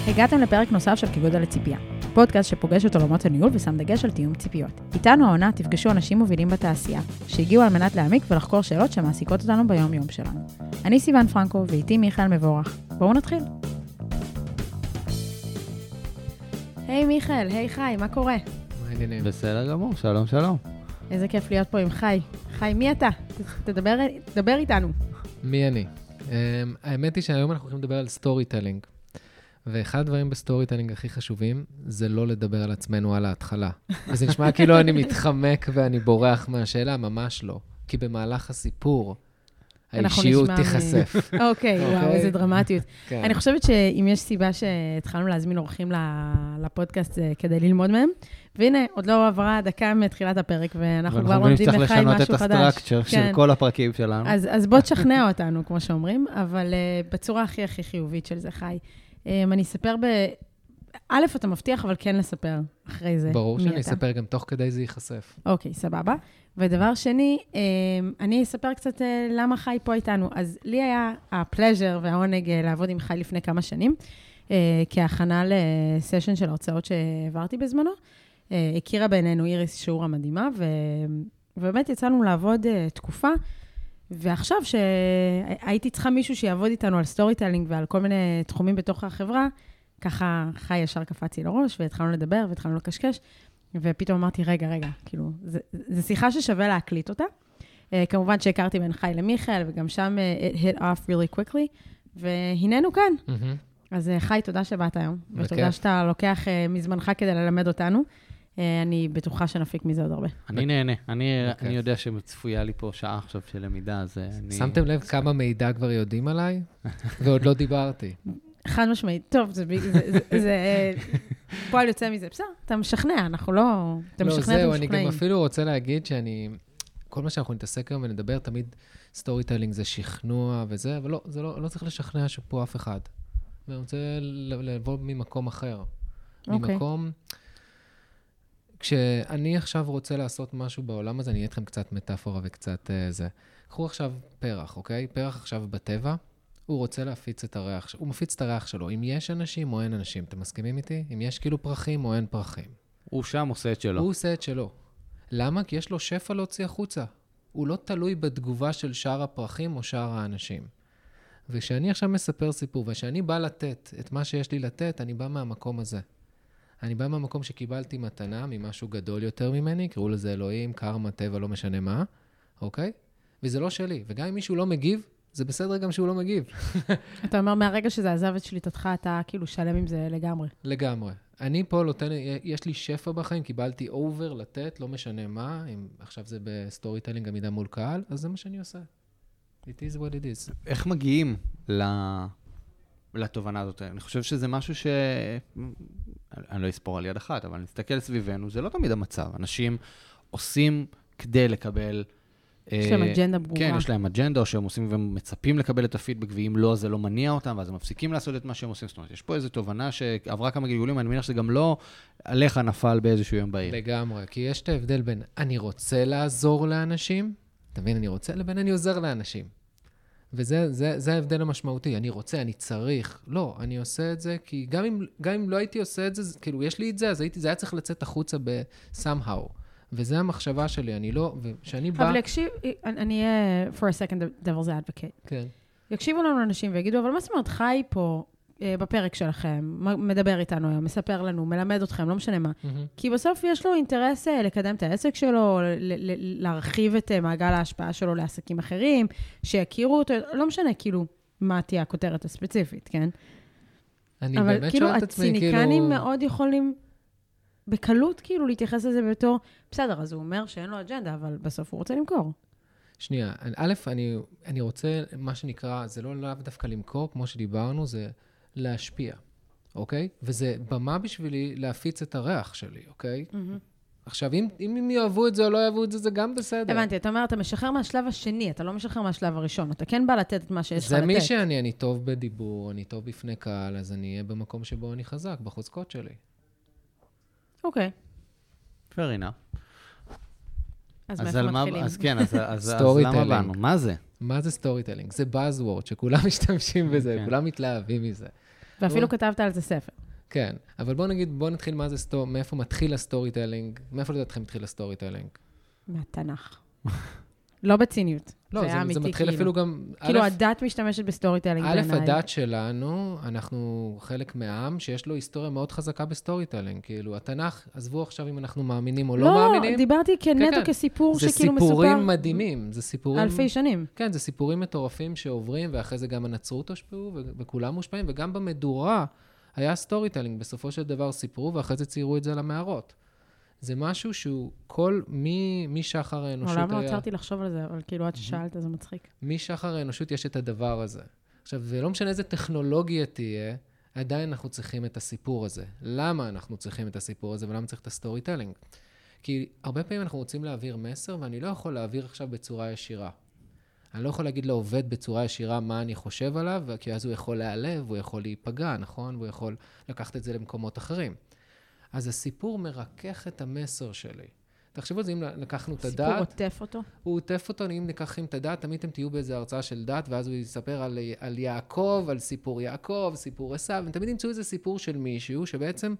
הגעתם לפרק נוסף של כגודל הציפייה, פודקאסט שפוגש את עולמות הניהול ושם דגש על תיאום ציפיות. איתנו העונה תפגשו אנשים מובילים בתעשייה, שהגיעו על מנת להעמיק ולחקור שאלות שמעסיקות אותנו ביום-יום שלנו. אני סיוון פרנקו ואיתי מיכאל מבורך. בואו נתחיל. היי מיכאל, היי חי, מה קורה? מה העניינים? בסדר גמור, שלום שלום. איזה כיף להיות פה עם חי. חי, מי אתה? תדבר איתנו. מי אני? האמת היא שהיום אנחנו הולכים לדבר על סטורי טלינג. ואחד הדברים בסטורי טלינג הכי חשובים, זה לא לדבר על עצמנו על ההתחלה. וזה נשמע כאילו אני מתחמק ואני בורח מהשאלה, ממש לא. כי במהלך הסיפור, האישיות תיחשף. אוקיי, וואו, איזה דרמטיות. אני חושבת שאם יש סיבה שהתחלנו להזמין אורחים לפודקאסט כדי ללמוד מהם, והנה, עוד לא עברה דקה מתחילת הפרק, ואנחנו כבר לומדים לחי משהו חדש. ואנחנו מבינים שצריך לשנות את הסטרקצ'ר של כל הפרקים שלנו. אז בוא תשכנע אותנו, כמו שאומרים, אבל בצורה הכי הכי חיובית של זה חי. אני אספר א', אתה מבטיח, אבל כן לספר אחרי זה. ברור שאני אספר גם תוך כדי זה ייחשף. אוקיי, סבבה. ודבר שני, אני אספר קצת למה חי פה איתנו. אז לי היה הפלז'ר והעונג לעבוד עם חי לפני כמה שנים, כהכנה לסשן של הרצאות שהעברתי בזמנו. הכירה בינינו איריס שיעור המדהימה, ובאמת יצאנו לעבוד תקופה, ועכשיו שהייתי צריכה מישהו שיעבוד איתנו על סטורי טיילינג ועל כל מיני תחומים בתוך החברה, ככה חי ישר קפצי לראש, והתחלנו לדבר והתחלנו לקשקש, ופתאום אמרתי, רגע, כאילו, זו שיחה ששווה להקליט אותה. כמובן שהכרתי בין חי למיכאל, וגם שם it hit off really quickly, והננו כאן. אז חי, תודה שבאת היום, ותודה שאתה לוקח מזמנך כדי ללמד אותנו. אני בטוחה שנפיק מזה עוד הרבה. אני נהנה. אני יודע שצפויה לי פה שעה עכשיו של למידה, אז אני... שמתם לב כמה מידע כבר יודעים עליי? ועוד לא דיברתי. חד משמעית. טוב, זה פועל יוצא מזה. בסדר, אתה משכנע, אנחנו לא... אתה משכנע, אתם משכנעים. אני גם אפילו רוצה להגיד שאני... כל מה שאנחנו נתעסק היום ונדבר, תמיד סטורי טיילינג זה שכנוע וזה, אבל לא, זה לא צריך לשכנע שפה אף אחד. ואני רוצה לבוא ממקום אחר. ממקום... כשאני עכשיו רוצה לעשות משהו בעולם הזה, אני אהיה אתכם קצת מטאפורה וקצת זה. קחו עכשיו פרח, אוקיי? פרח עכשיו בטבע, הוא רוצה להפיץ את הריח, הוא מפיץ את הריח שלו. אם יש אנשים או אין אנשים, אתם מסכימים איתי? אם יש כאילו פרחים או אין פרחים. הוא שם עושה את שלו. הוא עושה את שלו. למה? כי יש לו שפע להוציא החוצה. הוא לא תלוי בתגובה של שאר הפרחים או שאר האנשים. וכשאני עכשיו מספר סיפור, וכשאני בא לתת את מה שיש לי לתת, אני בא מהמקום הזה. אני בא מהמקום שקיבלתי מתנה ממשהו גדול יותר ממני, קראו לזה אלוהים, קרמה, טבע, לא משנה מה, אוקיי? וזה לא שלי. וגם אם מישהו לא מגיב, זה בסדר גם שהוא לא מגיב. אתה אומר, מהרגע שזה עזב את שליטתך, אתה כאילו שלם עם זה לגמרי. לגמרי. אני פה נותן, יש לי שפע בחיים, קיבלתי אובר לתת, לא משנה מה, אם עכשיו זה בסטורי טיילינג עמידה מול קהל, אז זה מה שאני עושה. It is what it is. איך מגיעים לתובנה הזאת? אני חושב שזה משהו אני לא אספור על יד אחת, אבל נסתכל סביבנו, זה לא תמיד המצב. אנשים עושים כדי לקבל... יש להם אג'נדה ברורה. כן, יש להם אג'נדה, או שהם עושים ומצפים לקבל את הפידבק, ואם לא, זה לא מניע אותם, ואז הם מפסיקים לעשות את מה שהם עושים. זאת אומרת, יש פה איזו תובנה שעברה כמה גלגולים, אני מניח שזה גם לא עליך נפל באיזשהו יום בעיר. לגמרי, כי יש את ההבדל בין אני רוצה לעזור לאנשים, אתה מבין, אני רוצה, לבין אני עוזר לאנשים. וזה ההבדל המשמעותי. אני רוצה, אני צריך. לא, אני עושה את זה, כי גם אם לא הייתי עושה את זה, כאילו, יש לי את זה, אז זה היה צריך לצאת החוצה somehow. וזה המחשבה שלי, אני לא, ושאני בא... אבל יקשיב, אני אהיה, for a second, devil's advocate. כן. יקשיבו לנו אנשים ויגידו, אבל מה זאת אומרת, חי פה בפרק שלכם, מדבר איתנו היום, מספר לנו, מלמד אתכם, לא משנה מה. כי בסוף יש לו אינטרס לקדם את העסק שלו, להרחיב את מעגל ההשפעה שלו לעסקים אחרים, שיכירו אותו, לא משנה, כאילו, מה תהיה הכותרת הספציפית, כן? אני באמת שואל את עצמי, כאילו... אבל הציניקנים מאוד יכולים... בקלות כאילו להתייחס לזה בתור, בסדר, אז הוא אומר שאין לו אג'נדה, אבל בסוף הוא רוצה למכור. שנייה, א', אני רוצה, מה שנקרא, זה לא לאו דווקא למכור, כמו שדיברנו, זה להשפיע, אוקיי? וזה במה בשבילי להפיץ את הריח שלי, אוקיי? עכשיו, אם הם יאהבו את זה או לא יאהבו את זה, זה גם בסדר. הבנתי, אתה אומר, אתה משחרר מהשלב השני, אתה לא משחרר מהשלב הראשון, אתה כן בא לתת את מה שיש לך לתת. זה מי שאני, אני טוב בדיבור, אני טוב בפני קהל, אז אני אהיה במקום שבו אני חזק, בחוזקות שלי. אוקיי. fair enough. אז מאיפה מתחילים? אז כן, אז למה באנו? מה זה? מה זה סטורי טיילינג? זה buzzword, שכולם משתמשים בזה, כולם מתלהבים מזה. ואפילו כתבת על זה ספר. כן, אבל בוא נתחיל מאיפה מתחיל הסטורי טיילינג, מאיפה לדעתכם מתחיל הסטורי טיילינג? מהתנ"ך. לא בציניות. לא, זה מתחיל אפילו גם... כאילו, הדת משתמשת בסטורי טיילינג בעיניי. הדת שלנו, אנחנו חלק מהעם שיש לו היסטוריה מאוד חזקה בסטורי טיילינג. כאילו, התנ"ך, עזבו עכשיו אם אנחנו מאמינים או לא מאמינים. לא, דיברתי כנטו כסיפור שכאילו מסופר... זה סיפורים מדהימים, זה סיפורים... אלפי שנים. כן, זה סיפורים מטורפים שעוברים, ואחרי זה גם הנצרות הושפעו, וכולם מושפעים, וגם במדורה היה סטורי טיילינג. בסופו של דבר סיפרו, ואחרי זה ציירו את זה למערות. זה משהו שהוא משחר האנושות היה... מעולם לא עצרתי לחשוב על זה, אבל כאילו עד ששאלת, זה מצחיק. משחר האנושות יש את הדבר הזה. עכשיו, זה לא משנה איזה טכנולוגיה תהיה, עדיין אנחנו צריכים את הסיפור הזה. למה אנחנו צריכים את הסיפור הזה, ולמה צריך את הסטורי טיילינג? כי הרבה פעמים אנחנו רוצים להעביר מסר, ואני לא יכול להעביר עכשיו בצורה ישירה. אני לא יכול להגיד לעובד בצורה ישירה מה אני חושב עליו, כי אז הוא יכול להיעלב, הוא יכול להיפגע, נכון? והוא יכול לקחת את זה למקומות אחרים. אז הסיפור מרכך את המסר שלי. תחשבו על זה, אם לקחנו את הדעת... סיפור עוטף אותו? הוא עוטף אותו, אם ניקחים את הדעת, תמיד אתם תהיו באיזו הרצאה של דת, ואז הוא יספר על יעקב, על סיפור יעקב, סיפור עשיו, ותמיד ימצאו איזה סיפור של מישהו, שבעצם...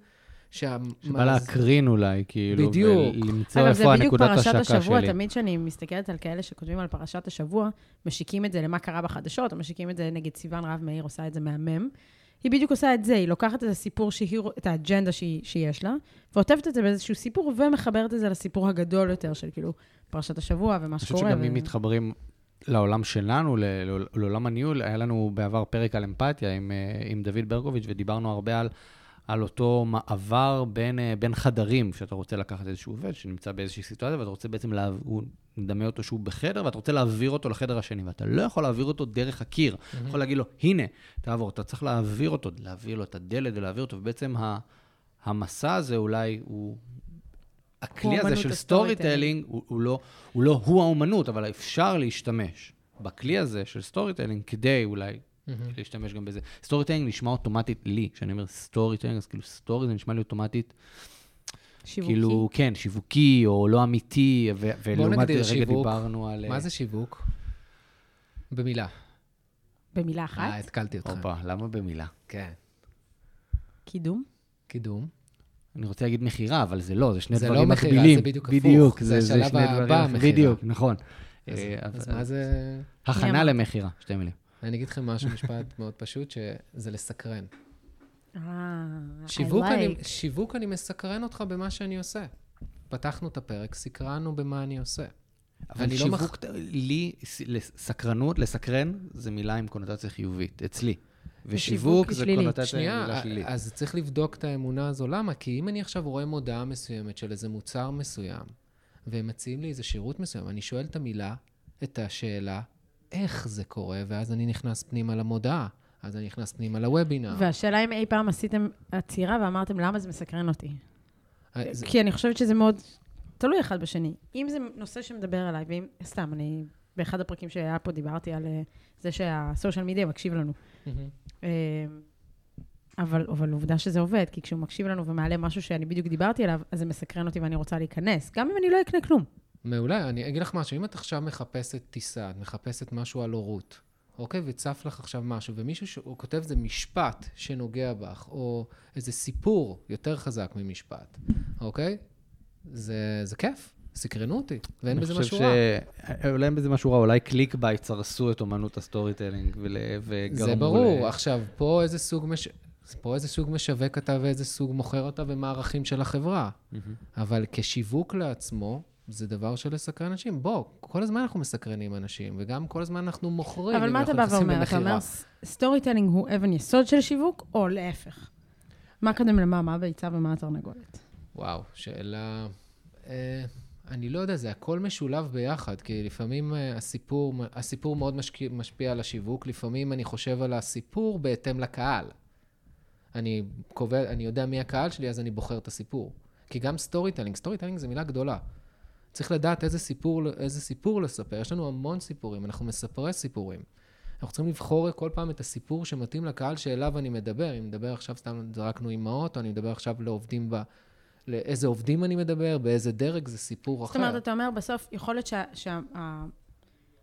שבא להקרין אולי, כאילו, בדיוק. ולמצוא איפה הנקודת השקה שלי. פרשת השבוע, תמיד שאני מסתכלת על כאלה שכותבים על פרשת השבוע, משיקים את זה למה קרה בחדשות, או משיקים את זה נגד סיוון רב מאיר, עושה את זה מהמם. היא בדיוק עושה את זה, היא לוקחת את הסיפור, את האג'נדה שיש לה, ועוטפת את זה באיזשהו סיפור, ומחברת את זה לסיפור הגדול יותר של כאילו פרשת השבוע ומה שקורה. אני חושב שגם אם מתחברים לעולם שלנו, לעולם הניהול, היה לנו בעבר פרק על אמפתיה עם דוד ברקוביץ', ודיברנו הרבה על אותו מעבר בין חדרים, שאתה רוצה לקחת איזשהו עובד, שנמצא באיזושהי סיטואציה, ואתה רוצה בעצם לדמה אותו שהוא בחדר, ואתה רוצה להעביר אותו לחדר השני, ואתה לא יכול להעביר אותו דרך הקיר. אתה יכול להגיד לו, הנה, תעבור, אתה צריך להעביר אותו, להעביר לו את הדלת ולהעביר אותו, ובעצם המסע הזה אולי הוא... הכלי הזה של סטורי טיילינג הוא לא הוא האומנות, אבל אפשר להשתמש בכלי הזה של סטורי טיילינג כדי אולי להשתמש גם בזה. סטורי טיילינג נשמע אוטומטית לי, כשאני אומר סטורי טיילינג, אז כאילו סטורי זה נשמע לי אוטומטית, שיווקי. כאילו, כן, שיווקי או לא אמיתי, ולעומת רגע דיברנו על... מה זה שיווק? במילה. במילה אחת? התקלתי אותך. אופה, למה במילה? כן. קידום? קידום. אני רוצה להגיד מחירה, אבל זה לא, זה שני דברים מקבילים. מקבילים. זה לא מחירה, זה בדיוק הפוך. בדיוק, זה השלב הבא, מחירה. בדיוק, נכון. אז מה זה... הכנה למחירה, שתי מילים. אני אגיד לכם משהו, משפט מאוד פשוט, שזה לסקרן. I שיווק אני מסקרן אותך במה שאני עושה. פתחנו את הפרק, סקרנו במה אני עושה. אבל שיווק, לי, סקרנות, לסקרן, זה מילה עם קונוטציה חיובית, אצלי. ושיווק זה קונוטציה מילה שלילית. אז צריך לבדוק את האמונה הזו. למה? כי אם אני עכשיו רואה מודעה מסוימת של איזה מוצר מסוים, והם מציעים לי איזה שירות מסוים, אני שואל את המילה, את השאלה, איך זה קורה, ואז אני נכנס פנימה למודעה. אז אני נכנס פנימה לוובינר. והשאלה אם אי פעם עשיתם עצירה ואמרתם, למה זה מסקרן אותי? כי אני חושבת שזה מאוד תלוי אחד בשני. אם זה נושא שמדבר עליי, ואם, סתם, אני באחד הפרקים שהיה פה דיברתי על זה שהסושיאל מדיה מקשיב לנו. אבל עובדה שזה עובד, כי כשהוא מקשיב לנו ומעלה משהו שאני בדיוק דיברתי עליו, אז זה מסקרן אותי ואני רוצה להיכנס, גם אם אני לא אקנה כלום. מעולה, אני אגיד לך משהו, אם את עכשיו מחפשת טיסה, את מחפשת משהו על הורות, אוקיי? וצף לך עכשיו משהו, ומישהו כותב זה משפט שנוגע בך, או איזה סיפור יותר חזק ממשפט, אוקיי? זה כיף, סקרנו אותי, ואין בזה משהו רע. אולי אין בזה משהו רע, אולי קליק בייטס הרסו את אומנות הסטורי טיילינג וגרמו זה ברור, עכשיו, פה איזה סוג משווק אתה ואיזה סוג מוכר אתה ומה הערכים של החברה. אבל כשיווק לעצמו, זה דבר של לסקרן אנשים. בוא, כל הזמן אנחנו מסקרנים אנשים, וגם כל הזמן אנחנו מוכרים. אבל מה אתה בא ואומר? אתה אומר, סטורי טיילינג הוא אבן יסוד של שיווק, או להפך? מה קודם למה? מה הביצה ומה התרנגולת? וואו, שאלה... אני לא יודע, זה הכל משולב ביחד, כי לפעמים הסיפור מאוד משפיע על השיווק, לפעמים אני חושב על הסיפור בהתאם לקהל. אני יודע מי הקהל שלי, אז אני בוחר את הסיפור. כי גם סטורי טיילינג זה מילה גדולה. צריך לדעת איזה סיפור לספר. יש לנו המון סיפורים, אנחנו מספרי סיפורים. אנחנו צריכים לבחור כל פעם את הסיפור שמתאים לקהל שאליו אני מדבר. אם מדבר עכשיו סתם זרקנו אימהות, או אני מדבר עכשיו לעובדים לאיזה עובדים אני מדבר, באיזה דרג, זה סיפור אחר. זאת אומרת, אתה אומר, בסוף יכול להיות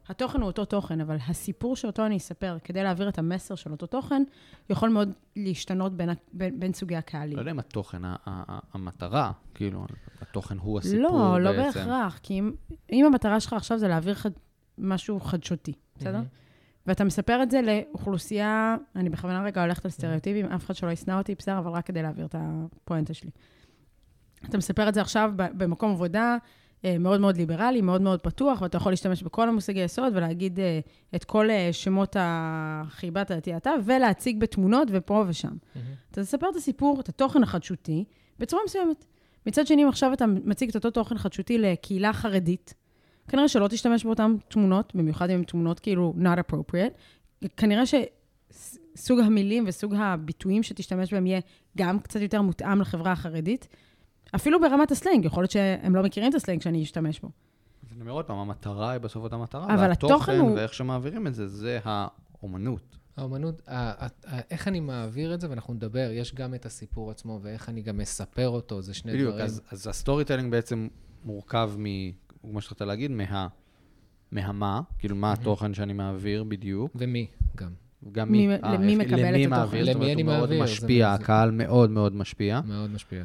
התוכן הוא אותו תוכן, אבל הסיפור שאותו אני אספר, כדי להעביר את המסר של אותו תוכן, יכול מאוד להשתנות בין סוגי הקהלים. לא יודע אם התוכן, המטרה, כאילו, התוכן הוא הסיפור לא, לא בעצם. בהכרח, כי אם המטרה שלך עכשיו זה להעביר משהו חדשותי, בסדר? ואתה מספר את זה לאוכלוסייה, אני בכוונה רגע הולכת על סטריאוטיבים, אף אחד שלא ישנא אותי, בסדר, אבל רק כדי להעביר את הפואנטה שלי. אתה מספר את זה עכשיו במקום עבודה, מאוד מאוד ליברלי, מאוד מאוד פתוח, ואתה יכול להשתמש בכל המושגי יסוד, ולהגיד את כל שמות החיבה, אתה, ולהציג בתמונות ופה ושם. אתה תספר את הסיפור, את התוכן החדשותי, בצורה מסוימת. מצד שני, עכשיו אתה מציג את אותו תוכן חדשותי לקהילה חרדית, כנראה שלא תשתמש באותן תמונות, במיוחד עם תמונות כאילו not appropriate, כנראה שסוג המילים וסוג הביטויים שתשתמש בהם יהיה גם קצת יותר מותאם לחברה החרדית, אפילו ברמת הסלנג, יכול להיות שהם לא מכירים את הסלנג שאני אשתמש בו. אני אומר עוד פעם, המטרה היא בסוף אותה מטרה, אבל והתוכן ואיך שמעבירים את זה, זה האומנות. האומנות, איך אני מעביר את זה, ואנחנו נדבר, יש גם את הסיפור עצמו, ואיך אני גם מספר אותו, זה שני דברים. בדיוק, אז הסטורי טיילינג בעצם מורכב מה שאתה להגיד, מהמה, כאילו מה התוכן שאני מעביר בדיוק. ומי גם. גם למי מקבל את התוכן. למי אני מעביר. מאוד משפיע, הקהל מאוד מאוד משפיע. מאוד משפיע.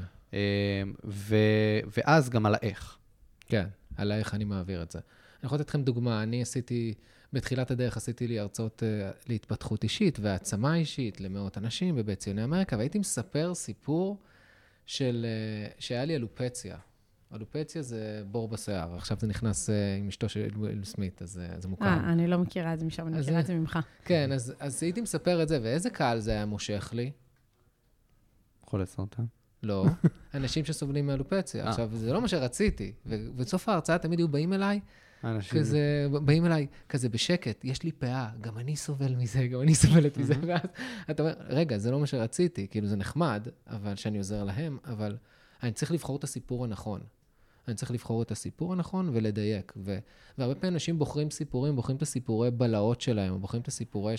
ואז גם על האיך. כן, על האיך אני מעביר את זה. אני יכול לתת לכם דוגמה, בתחילת הדרך עשיתי לי הרצאות להתפתחות אישית והעצמה אישית למאות אנשים בבית ציוני אמריקה, והייתי מספר סיפור שהיה לי אלופציה. אלופציה זה בור בשיער, עכשיו זה נכנס עם אשתו של וויל סמית, אז זה מוכר. אני לא מכירה את זה משם, אני מכירה את זה ממך. כן, אז הייתי מספר את זה, ואיזה קהל זה היה מושך לי? חולי סרטן. לא, אנשים שסובלים מאלופציה. עכשיו, זה לא מה שרציתי, ובסוף ההרצאה תמיד היו באים אליי, באים אליי כזה בשקט, יש לי פאה, גם אני סובל מזה, גם אני סובלת מזה, ואז אתה אומר, רגע, זה לא מה שרציתי, כאילו זה נחמד, אבל שאני עוזר להם, אבל אני צריך לבחור את הסיפור הנכון. אני צריך לבחור את הסיפור הנכון ולדייק. והרבה פעמים אנשים בוחרים סיפורים, בוחרים את הסיפורי בלהות שלהם, או בוחרים את הסיפורי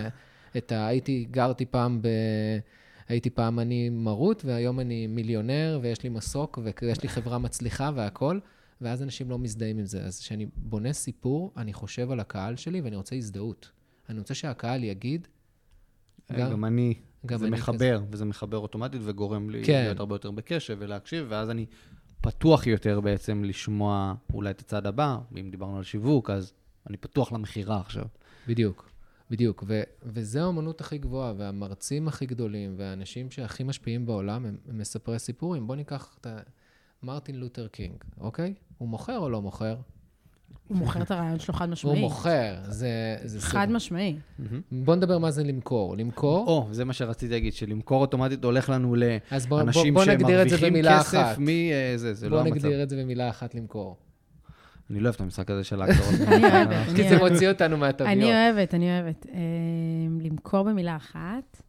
הייתי פעם אני מרות, והיום אני מיליונר, ויש לי מסוק, ויש לי חברה מצליחה והכל, ואז אנשים לא מזדהים עם זה. אז כשאני בונה סיפור, אני חושב על הקהל שלי, ואני רוצה הזדהות. אני רוצה שהקהל יגיד... גם אני, זה מחבר, וזה מחבר אוטומטית, וגורם לי להיות הרבה יותר בקשב ולהקשיב, ואז אני פתוח יותר בעצם לשמוע אולי את הצד הבא, ואם דיברנו על שיווק, אז אני פתוח למחירה עכשיו. בדיוק, וזו האמנות הכי גבוהה, והמרצים הכי גדולים, והאנשים שהכי משפיעים בעולם, הם מספרי סיפורים. בוא ניקח את מרטין לותר קינג, אוקיי? הוא מוכר או לא מוכר? הוא מוכר את הרעיון שלו חד משמעי. הוא מוכר, זה חד משמעי. בוא נדבר מה זה למכור. למכור... זה מה שרציתי להגיד, שלמכור אוטומטית הולך לנו לאנשים שמרוויחים כסף, זה לא המצב. בוא נגדיר את זה במילה אחת למכור. אני לא אוהב את המשחק הזה של ההגדרות. אני אוהבת. כי זה מוציא אותנו מהטביות. אני אוהבת. למכור במילה אחת.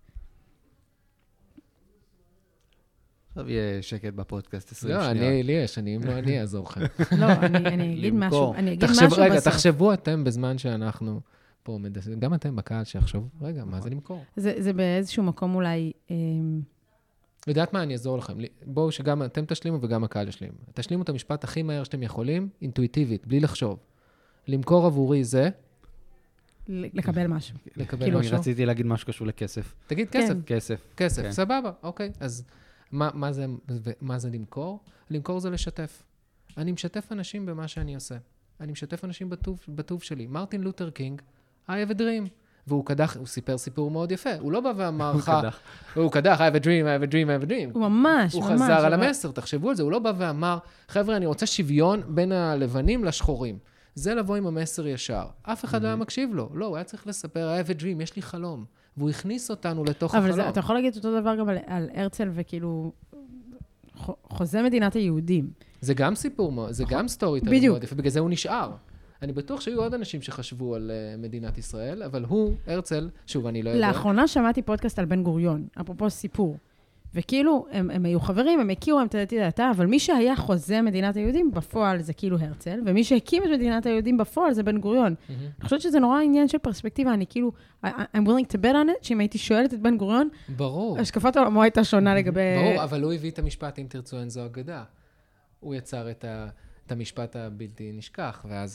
עכשיו יהיה שקט בפודקאסט 20 שניות. לא, לי יש, אם לא אני אעזור לכם. לא, אני אגיד משהו בסוף. רגע, תחשבו אתם בזמן שאנחנו פה, גם אתם בקהל שיחשוב, רגע, מה זה למכור? זה באיזשהו מקום אולי... יודעת מה, אני אעזור לכם. בואו שגם אתם תשלימו וגם הקהל ישלים. תשלימו את המשפט הכי מהר שאתם יכולים, אינטואיטיבית, בלי לחשוב. למכור עבורי זה... לקבל משהו. אני רציתי להגיד משהו קשור לכסף. תגיד כסף. כסף, סבבה, אוקיי. אז מה זה למכור? למכור זה לשתף. אני משתף אנשים במה שאני עושה. אני משתף אנשים בטוב שלי. מרטין לותר קינג, I have a dream. והוא קדח, הוא סיפר סיפור מאוד יפה. הוא לא בא ואמר לך, הוא קדח, I have a dream. הוא ממש. הוא חזר על המסר, תחשבו על זה. הוא לא בא ואמר, חבר'ה, אני רוצה שוויון בין הלבנים לשחורים. זה לבוא עם המסר ישר. אף אחד לא היה מקשיב לו. לא, הוא היה צריך לספר, I have a dream, יש לי חלום. והוא הכניס אותנו לתוך החלום. אבל אתה יכול להגיד אותו דבר גם על הרצל וכאילו, חוזה מדינת היהודים. זה גם סיפור, זה גם סטורי טיילינג מאוד יפה, בגלל זה הוא נשאר. אני בטוח שהיו עוד אנשים שחשבו על מדינת ישראל, אבל הוא, הרצל, שוב, אני לא יודע. לאחרונה שמעתי פודקאסט על בן גוריון, אפרופו סיפור. וכאילו, הם היו חברים, הם הכירו, הם תדעתי דעתה, אבל מי שהיה חוזה מדינת היהודים בפועל זה כאילו הרצל, ומי שהקים את מדינת היהודים בפועל זה בן גוריון. אני חושבת שזה נורא עניין של פרספקטיבה, אני כאילו, I'm willing to bet on it, שאם הייתי שואלת את בן גוריון, ברור. השקפת עולמו הייתה שונה לגבי... ברור, אבל הוא הביא את המשפט, אם תרצו, אין זו אגדה. הוא יצר את המשפט הבלתי נשכח, ואז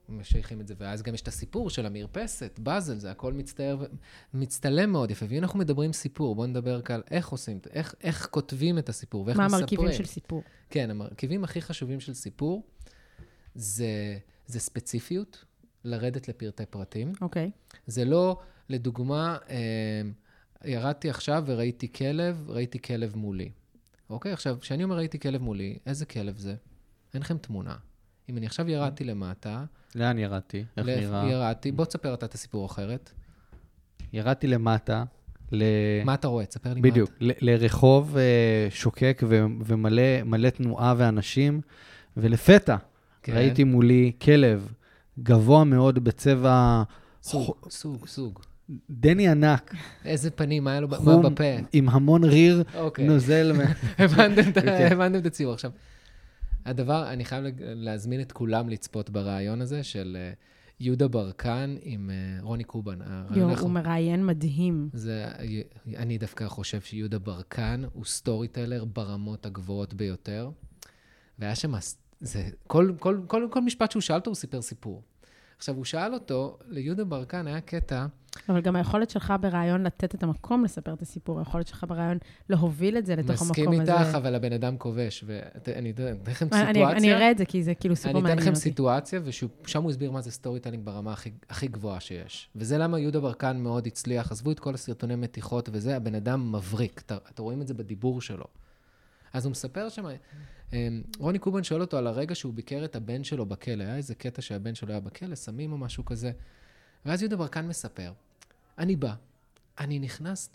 משייכים את זה, ואז גם יש את הסיפור של המרפסת, באזל, זה הכל מצטלם מאוד יפה, ואם אנחנו מדברים סיפור, בואו נדבר על איך עושים, איך כותבים את הסיפור, ואיך מספרים. מה המרכיבים של סיפור? כן, המרכיבים הכי חשובים של סיפור, זה ספציפיות, לרדת לפרטי פרטים. אוקיי. זה לא, לדוגמה, ירדתי עכשיו וראיתי כלב מולי. אוקיי, עכשיו, כשאני אומר ראיתי כלב מולי, איזה כלב זה? אין לכם תמונה. אם אני עכשיו ירדתי למטה... לאן ירדתי? איך נראה? ירדתי, בוא תספר אתה את הסיפור אחרת. ירדתי למטה, מה אתה רואה? תספר לי מה אתה... בדיוק, לרחוב שוקק ומלא תנועה ואנשים, ולפתע ראיתי מולי כלב גבוה מאוד בצבע... סוג. דני ענק. איזה פנים, מה היה לו בפה? עם המון ריר נוזל. הבנתם את הציור. עכשיו, הדבר, אני חייב להזמין את כולם לצפות ברעיון הזה של יהודה ברקן עם רוני קובן. הוא מראיין מדהים. אני דווקא חושב שיהודה ברקן הוא סטורי טיילר ברמות הגבוהות ביותר, והיה שם, כל משפט שהוא שאל אותו, הוא סיפר סיפור. עכשיו, הוא שאל אותו, ליהודה ברקן היה קטע... אבל גם היכולת שלך ברעיון לתת את המקום לספר את הסיפור, היכולת שלך ברעיון להוביל את זה לתוך המקום הזה. מסכים איתך, אבל הבן אדם כובש, ואני אתן לכם סיטואציה... אני אראה את זה, כי זה כאילו סופר מעניין אותי. אני אתן לכם סיטואציה, ושם הוא הסביר מה זה סטורי טיילינג ברמה הכי גבוהה שיש. וזה למה יהודה ברקן מאוד הצליח, עזבו את כל הסרטוני מתיחות, וזה, הבן אדם מבריק. אתה רואים את זה בדיבור שלו. אז הוא מספר שם... רוני קובן שואל אותו על הרגע שהוא ביקר את הבן שלו בכלא. היה איזה קטע שהבן שלו היה בכלא, סמים או משהו כזה. ואז יהודה ברקן מספר, אני בא, אני נכנס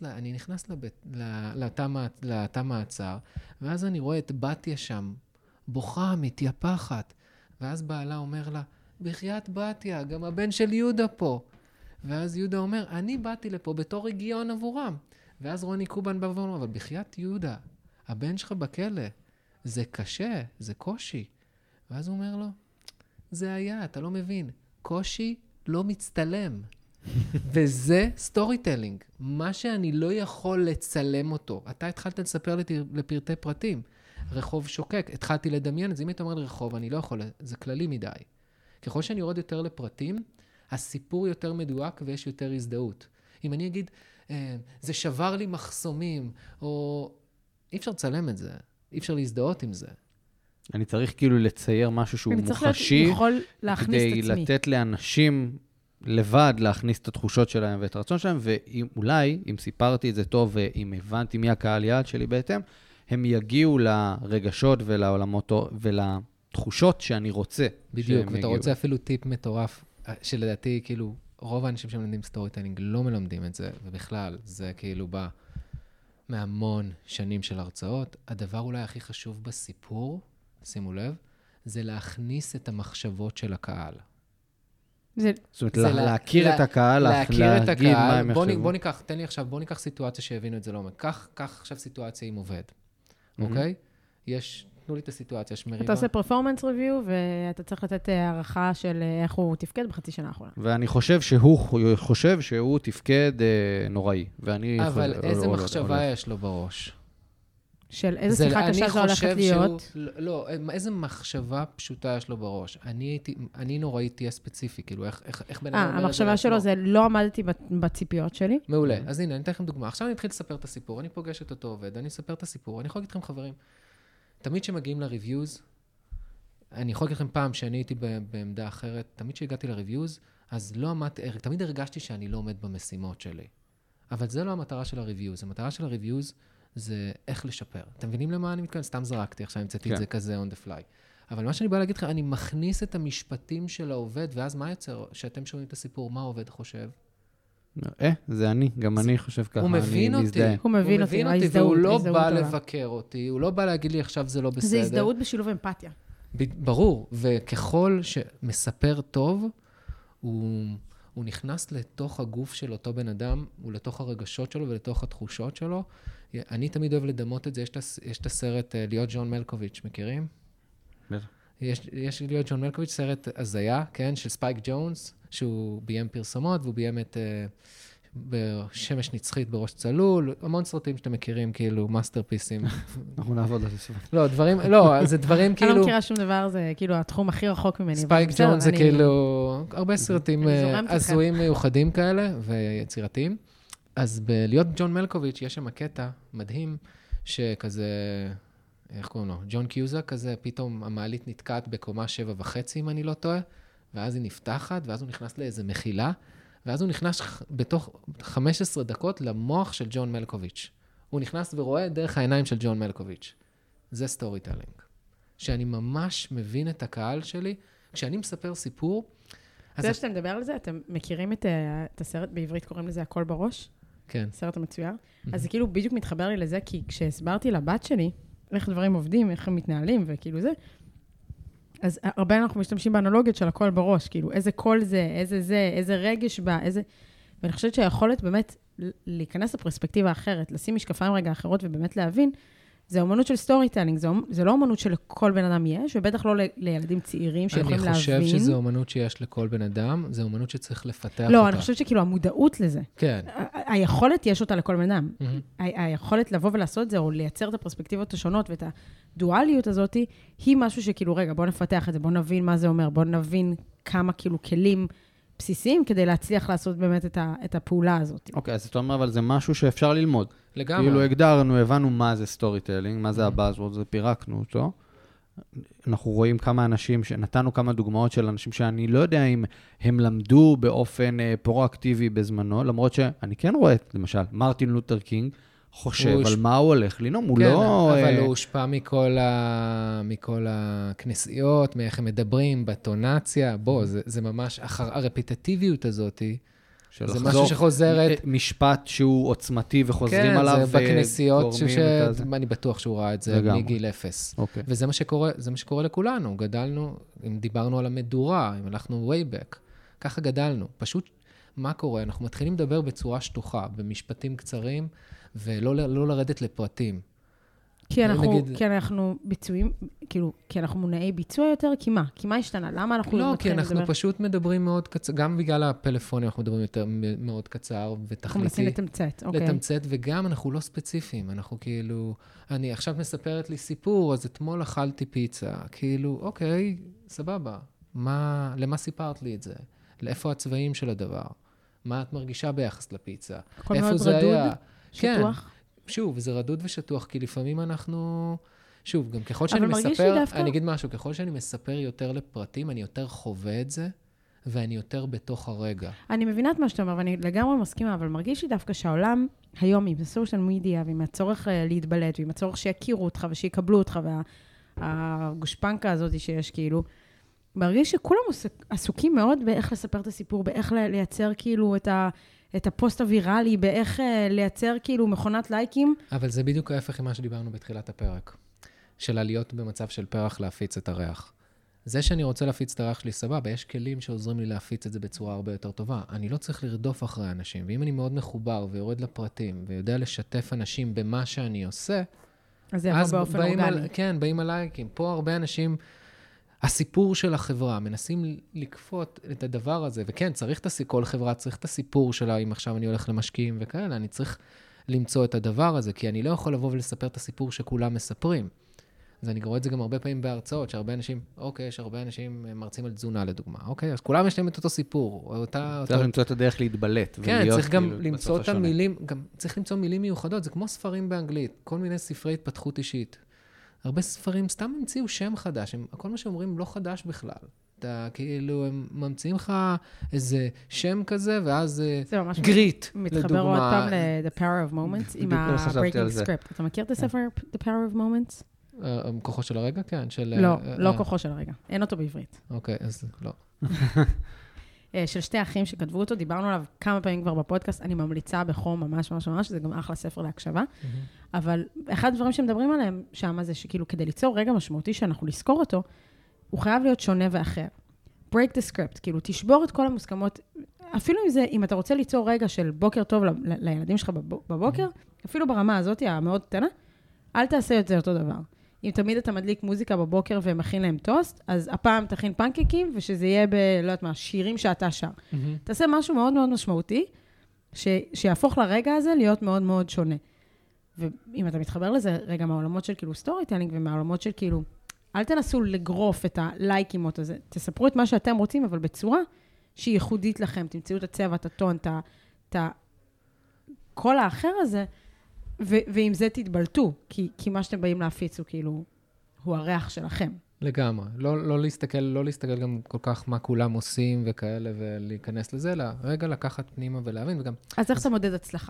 לתא מעצר, ואז אני רואה את בתיה שם, בוכה, מתייפחת. ואז בעלה אומר לה, בחייאת בתיה, גם הבן של יהודה פה. ואז יהודה אומר, אני באתי לפה בתור רגיון עבורם. ואז רוני קובן בא ואומר, אבל בחייאת יהודה, הבן שלך בכלא. זה קשה, זה קושי. ואז הוא אומר לו, זה היה, אתה לא מבין. קושי לא מצטלם. וזה סטורי טלינג. מה שאני לא יכול לצלם אותו. אתה התחלת לספר לפרטי פרטים. רחוב שוקק. התחלתי לדמיין את זה. אם אתה אומר לרחוב, אני לא יכול, זה כללי מדי. ככל שאני יורד יותר לפרטים, הסיפור יותר מדויק ויש יותר הזדהות. אם אני אגיד, זה שבר לי מחסומים, או... אי אפשר לצלם את זה. אי אפשר להזדהות עם זה. אני צריך כאילו לצייר משהו שהוא מוחשי, כדי לתת לאנשים לבד להכניס את התחושות שלהם ואת הרצון שלהם, ואולי, אם סיפרתי את זה טוב, ואם הבנתי מי הקהל יעד שלי בהתאם, הם יגיעו לרגשות ולעולמות ולתחושות שאני רוצה. בדיוק, ואתה רוצה אפילו טיפ מטורף, שלדעתי כאילו, רוב האנשים שמלמדים סטורי טיילינג לא מלמדים את זה, ובכלל, זה כאילו בא... מהמון שנים של הרצאות, הדבר אולי הכי חשוב בסיפור, שימו לב, זה להכניס את המחשבות של הקהל. זאת אומרת, להכיר את הקהל, להגיד מה הם יחשבו. בוא ניקח, תן לי עכשיו, בוא ניקח סיטואציה שהבינו את זה לא אומר. קח עכשיו סיטואציה עם עובד, אוקיי? תנו לי את הסיטואציה, שמריבה. אתה עושה פרפורמנס ריוויו, ואתה צריך לתת הערכה של איך הוא תפקד בחצי שנה האחרונה. ואני חושב שהוא תפקד נוראי. אבל איזה מחשבה יש לו בראש? של איזה שיחה קשה זו הולכת להיות? לא, איזה מחשבה פשוטה יש לו בראש? אני נוראי תהיה ספציפי, כאילו, איך בן אדם... המחשבה שלו זה לא עמדתי בציפיות שלי. מעולה. אז הנה, אני אתן לכם דוגמה. עכשיו אני אתחיל לספר את הסיפור, אני פוגש את אותו עובד, אני אספר את הסיפור, אני יכול להגיד לכם חברים. תמיד שמגיעים לריוויוז, אני יכול להגיד לכם פעם שאני הייתי בעמדה אחרת, תמיד שהגעתי לריוויוז, אז לא עמדתי, תמיד הרגשתי שאני לא עומד במשימות שלי. אבל זה לא המטרה של הריוויוז. המטרה של הריוויוז זה איך לשפר. אתם מבינים למה אני מתכוון? סתם זרקתי, עכשיו המצאתי את זה כזה on the fly. אבל מה שאני בא להגיד לך, אני מכניס את המשפטים של העובד, ואז מה יוצר? שאתם שומעים את הסיפור, מה העובד חושב? זה אני, גם אני חושב ככה. הוא מבין אותי, הוא מבין אותי, והוא לא בא לבקר אותי, הוא לא בא להגיד לי עכשיו זה לא בסדר. זה הזדהות בשילוב אמפתיה. ברור, וככל שמספר טוב, הוא נכנס לתוך הגוף של אותו בן אדם, ולתוך הרגשות שלו ולתוך התחושות שלו. אני תמיד אוהב לדמות את זה, יש את הסרט להיות ג'ון מלקוביץ', מכירים? יש להיות ג'ון מלקוביץ', סרט הזיה, כן, של ספייק ג'ונס, שהוא ביים פרסומות, והוא ביים את בשמש נצחית בראש צלול, המון סרטים שאתם מכירים, כאילו, מאסטרפיסים. אנחנו נעבוד על זה. לא, דברים, לא, זה דברים כאילו... אני לא מכירה שום דבר, זה כאילו התחום הכי רחוק ממני. ספייק ג'ונס זה כאילו, הרבה סרטים הזויים מיוחדים כאלה, ויצירתיים. אז בלהיות ג'ון מלקוביץ', יש שם קטע מדהים, שכזה, איך קוראים לו? ג'ון קיוזק כזה, פתאום המעלית נתקעת בקומה 7.5, אם אני לא טועה, ואז היא נפתחת, ואז הוא נכנס לאיזה מחילה, ואז הוא נכנס בתוך 15 דקות למוח של ג'ון מלקוביץ'. הוא נכנס ורואה דרך העיניים של ג'ון מלקוביץ'. זה סטורי טלינג. שאני ממש מבין את הקהל שלי. כשאני מספר סיפור... זה שאתה מדבר על זה, אתם מכירים את הסרט, בעברית קוראים לזה הכל בראש? כן. סרט המצויר. אז זה כאילו בדיוק מתחבר לי לזה, כי כשהסברתי לבת שלי, איך דברים עובדים, איך הם מתנהלים, וכאילו זה, אז הרבה אנחנו משתמשים באנלוגיות של הכל בראש, כאילו איזה קול זה, איזה רגש בה, ואני חושבת שהיכולת באמת להיכנס לפרספקטיבה אחרת, לשים משקפיים רגע אחרות ובאמת להבין, זה אומנות של סטורי טלינג, זה לא אומנות שלכל בן אדם יש, ובטח לא לילדים צעירים שיכולים להבין. אני חושב שזו אומנות שיש לכל בן אדם, זו אומנות שצריך לפתח אותה. לא, אני חושבת שכאילו המודעות לזה. כן. היכולת יש אותה לכל בן אדם. היכולת לבוא ולעשות את זה, או לייצר את הפרספקטיבות השונות, ואת הדואליות הזאת, היא משהו שכאילו, רגע, בוא נפתח את זה, בוא נבין מה זה אומר, בוא נבין כמה כאילו כלים בסיסיים, כדי להצליח לעשות באמת את הפעולה הזאת. אוקיי, אז אתה אומר, אבל זה משהו שאפשר ללמוד. לגמרי. כאילו הגדרנו, הבנו מה זה סטורי טיילינג, מה זה הבאזוורד, זה פירקנו אותו. אנחנו רואים כמה אנשים, נתנו כמה דוגמאות של אנשים שאני לא יודע אם הם למדו באופן פרואקטיבי בזמנו, למרות שאני כן רואה, למשל, מרטין לותר קינג, חושב על מה הוא הולך לנאום, הוא לא... כן, אבל הוא הושפע מכל הכנסיות, מאיך הם מדברים, בטונציה, בוא, זה ממש, הרפטטיביות הזאת, זה משהו שחוזרת... משפט שהוא עוצמתי וחוזרים עליו. כן, זה בכנסיות, אני בטוח שהוא ראה את זה מגיל 0. וזה מה שקורה לכולנו, גדלנו, אם דיברנו על המדורה, אם הלכנו way back, ככה גדלנו. פשוט, מה קורה? אנחנו מתחילים לדבר בצורה שטוחה, במשפטים קצרים, ולא לרדת לפרטים. כי אנחנו ביצועים, כאילו, כי אנחנו מונעי ביצוע יותר, כי מה? כי מה השתנה? למה אנחנו לא, כי אנחנו פשוט מדברים מאוד קצר, גם בגלל הפלאפונים אנחנו מדברים יותר מאוד קצר ותכליתי. אנחנו מנסים לתמצת, אוקיי. לתמצת, וגם אנחנו לא ספציפיים, אנחנו כאילו, אני עכשיו מספרת לי סיפור, אז אתמול אכלתי פיצה, כאילו, אוקיי, סבבה, למה סיפרת לי את זה? לאיפה הצבעים של הדבר? מה את מרגישה ביחס לפיצה? איפה זה היה? שטוח? שוב, זה רדוד ושטוח, כי לפעמים אנחנו... שוב, גם ככל שאני מספר... אני אגיד משהו, ככל שאני מספר יותר לפרטים, אני יותר חווה את זה, ואני יותר בתוך הרגע. אני מבינה את מה שאתה אומר, ואני לגמרי מסכימה, אבל מרגיש לי דווקא שהעולם היום, עם הסושיאל מדיה, ועם הצורך להתבלט, ועם הצורך שיכירו אותך ושיקבלו אותך, והגושפנקה הזאת שיש כאילו, מרגיש שכולם עסוקים מאוד באיך לספר את הסיפור, באיך לייצר כאילו את הפוסט הוויראלי, באיך לייצר כאילו מכונת לייקים. אבל זה בדיוק ההפך ממה שדיברנו בתחילת הפרק, של להיות במצב של פרח להפיץ את הריח. זה שאני רוצה להפיץ את הריח שלי סבבה, יש כלים שעוזרים לי להפיץ את זה בצורה הרבה יותר טובה. אני לא צריך לרדוף אחרי אנשים, ואם אני מאוד מחובר ויורד לפרטים, ויודע לשתף אנשים במה שאני עושה, אז זה יבוא באופן אורגני. כן, באים הלייקים. פה הרבה אנשים... הסיפור של החברה, מנסים לקפות את הדבר הזה, וכן, כל חברה צריך את הסיפור שלה, אם עכשיו אני הולך למשקיעים וכאלה, אני צריך למצוא את הדבר הזה, כי אני לא יכול לבוא ולספר את הסיפור שכולם מספרים. אז אני רואה את זה גם הרבה פעמים בהרצאות, שהרבה אנשים, אוקיי, יש הרבה אנשים מרצים על תזונה לדוגמה, אוקיי, אז כולם יש להם את אותו סיפור, צריך למצוא את הדרך להתבלט. כן, צריך גם למצוא את המילים, צריך למצוא מילים מיוחדות, זה כמו ספרים באנגלית, כל מיני ספרי התפתחות אישית. הרבה ספרים סתם המציאו שם חדש, כל מה שאומרים לא חדש בכלל. אתה כאילו, הם ממציאים לך איזה שם כזה, ואז גריט, לדוגמה. מתחבר עוד פעם ל-The Power of Moments, עם ה-Breaking Script. אתה מכיר את הספר The Power of Moments? כוחו של הרגע? כן. לא כוחו של הרגע. אין אותו בעברית. אוקיי, אז לא. של שתי אחים שכתבו אותו, דיברנו עליו כמה פעמים כבר בפודקאסט, אני ממליצה בחום ממש ממש ממש, זה גם אחלה ספר להקשבה, אבל אחד הדברים שמדברים עליהם שם זה שכאילו כדי ליצור רגע משמעותי שאנחנו נזכור אותו, הוא חייב להיות שונה ואחר. break the script, כאילו תשבור את כל המוסכמות, אפילו אם אתה רוצה ליצור רגע של בוקר טוב לילדים שלך בבוקר, אפילו ברמה הזאת המאוד קטנה, אל תעשה את זה אותו דבר. אם תמיד אתה מדליק מוזיקה בבוקר ומכין להם טוסט, אז הפעם תכין פנקקים, ושזה יהיה לא יודעת מה, שירים שאתה שר. תעשה משהו מאוד מאוד משמעותי, שיהפוך לרגע הזה להיות מאוד מאוד שונה. ואם אתה מתחבר לזה רגע מהעולמות של כאילו סטורי טיילינג, ומהעולמות של כאילו, אל תנסו לגרוף את הלייקים אותו, תספרו את מה שאתם רוצים, אבל בצורה שהיא ייחודית לכם, תמצאו את הצבע, את הטון, את כל האחר הזה, ועם זה תתבלטו, כי מה שאתם באים להפיץ הוא כאילו, הוא הריח שלכם. לגמרי. לא להסתכל גם כל כך מה כולם עושים וכאלה, ולהיכנס לזה, אלא רגע לקחת פנימה ולהבין, וגם... אז איך אתה מודד הצלחה?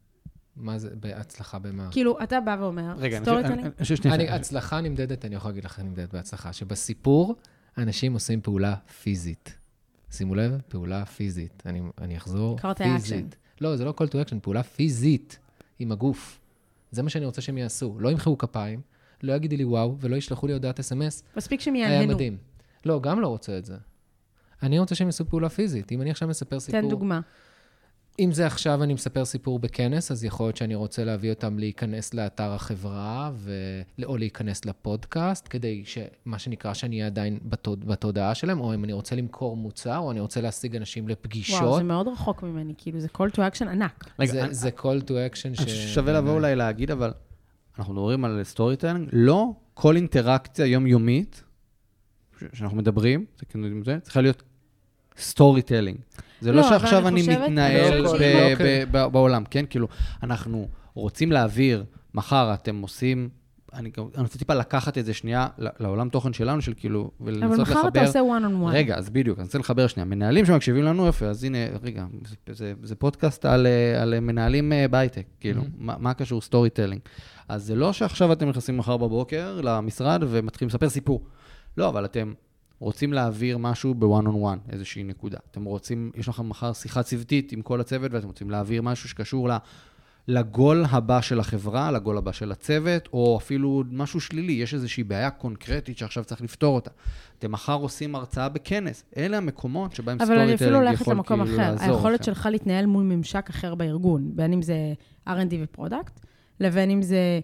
מה זה, בהצלחה במה? כאילו, אתה בא ואומר, סטורי טיילינג? הצלחה נמדדת, אני יכול להגיד לך נמדדת בהצלחה, שבסיפור אנשים עושים פעולה פיזית. שימו לב, פעולה פיזית. אני אחזור, פיזית. לא, זה לא call to action, פעולה פיזית עם הגוף. זה מה שאני רוצה שהם יעשו. לא ימחאו כפיים, לא יגידי לי וואו, ולא ישלחו לי הודעת SMS. מספיק שהם יענו. היה מדהים. לא, גם לא רוצה את זה. אני רוצה שהם יעשו פעולה פיזית. אם אני עכשיו מספר סיפור... תן דוגמה. אם זה עכשיו אני מספר סיפור בכנס, אז יכול להיות שאני רוצה להביא אותם להיכנס לאתר החברה, או להיכנס לפודקאסט, כדי שמה שנקרא שאני אהיה עדיין בתודעה שלהם, או אם אני רוצה למכור מוצר, או אני רוצה להשיג אנשים לפגישות. וואו, זה מאוד רחוק ממני, כאילו זה call to action ענק. זה call to action שווה לבוא אולי להגיד, אבל אנחנו מדברים על סטורי טיילינג, לא כל אינטראקציה יומיומית, שאנחנו מדברים, צריכה להיות סטורי טיילינג. זה לא שעכשיו אני מתנהל בעולם, כן? כאילו, אנחנו רוצים להעביר, מחר אתם עושים, אני רוצה טיפה לקחת את זה שנייה לעולם תוכן שלנו, של כאילו, ולנסות לחבר... אבל מחר אתה עושה one on one. רגע, אז בדיוק, אני רוצה לחבר שנייה. מנהלים שמקשיבים לנו, יפה, אז הנה, רגע, זה פודקאסט על מנהלים בהייטק, כאילו, מה קשור סטורי טיילינג? אז זה לא שעכשיו אתם נכנסים מחר בבוקר למשרד ומתחילים לספר סיפור. לא, אבל אתם רוצים להעביר משהו ב-one on one, איזושהי נקודה. אתם רוצים, יש לכם מחר שיחה צוותית עם כל הצוות, ואתם רוצים להעביר משהו שקשור לגול הבא של החברה, לגול הבא של הצוות, או אפילו משהו שלילי. יש איזושהי בעיה קונקרטית שעכשיו צריך לפתור אותה. אתם מחר עושים הרצאה בכנס. אלה המקומות שבהם סטורי טיילינג יכול כאילו לעזור. אבל אני אפילו הולכת למקום אחר. היכולת שלך להתנהל מול ממשק אחר בארגון, בין אם זה R&D ופרודקט, לבין אם זה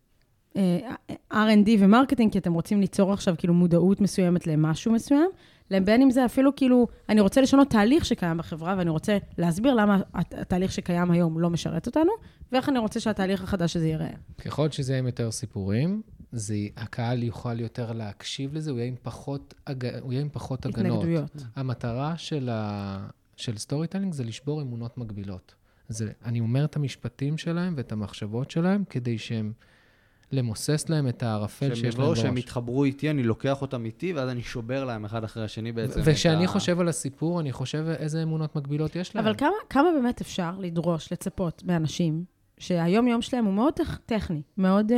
R&D ומרקטינג, כי אתם רוצים ליצור עכשיו כאילו מודעות מסוימת למשהו מסוים, לבין אם זה אפילו כאילו, אני רוצה לשנות תהליך שקיים בחברה, ואני רוצה להסביר למה התהליך שקיים היום לא משרת אותנו, ואיך אני רוצה שהתהליך החדש הזה ייראה. ככל שזה יהיה עם יותר סיפורים, הקהל יוכל יותר להקשיב לזה, הוא יהיה עם פחות הגנות. התנגדויות. המטרה של סטורי טיילינג זה לשבור אמונות מגבילות. אני אומר את המשפטים שלהם ואת המחשבות שלהם, כדי שהם למוסס להם את הערפל שיש להם בראש. שהם יתחברו איתי, אני לוקח אותם איתי, ואז אני שובר להם אחד אחרי השני בעצם. וכשאני חושב על הסיפור, אני חושב איזה אמונות מגבילות יש להם. אבל כמה באמת אפשר לדרוש, לצפות מאנשים, שהיום יום שלהם הוא מאוד טכני, מאוד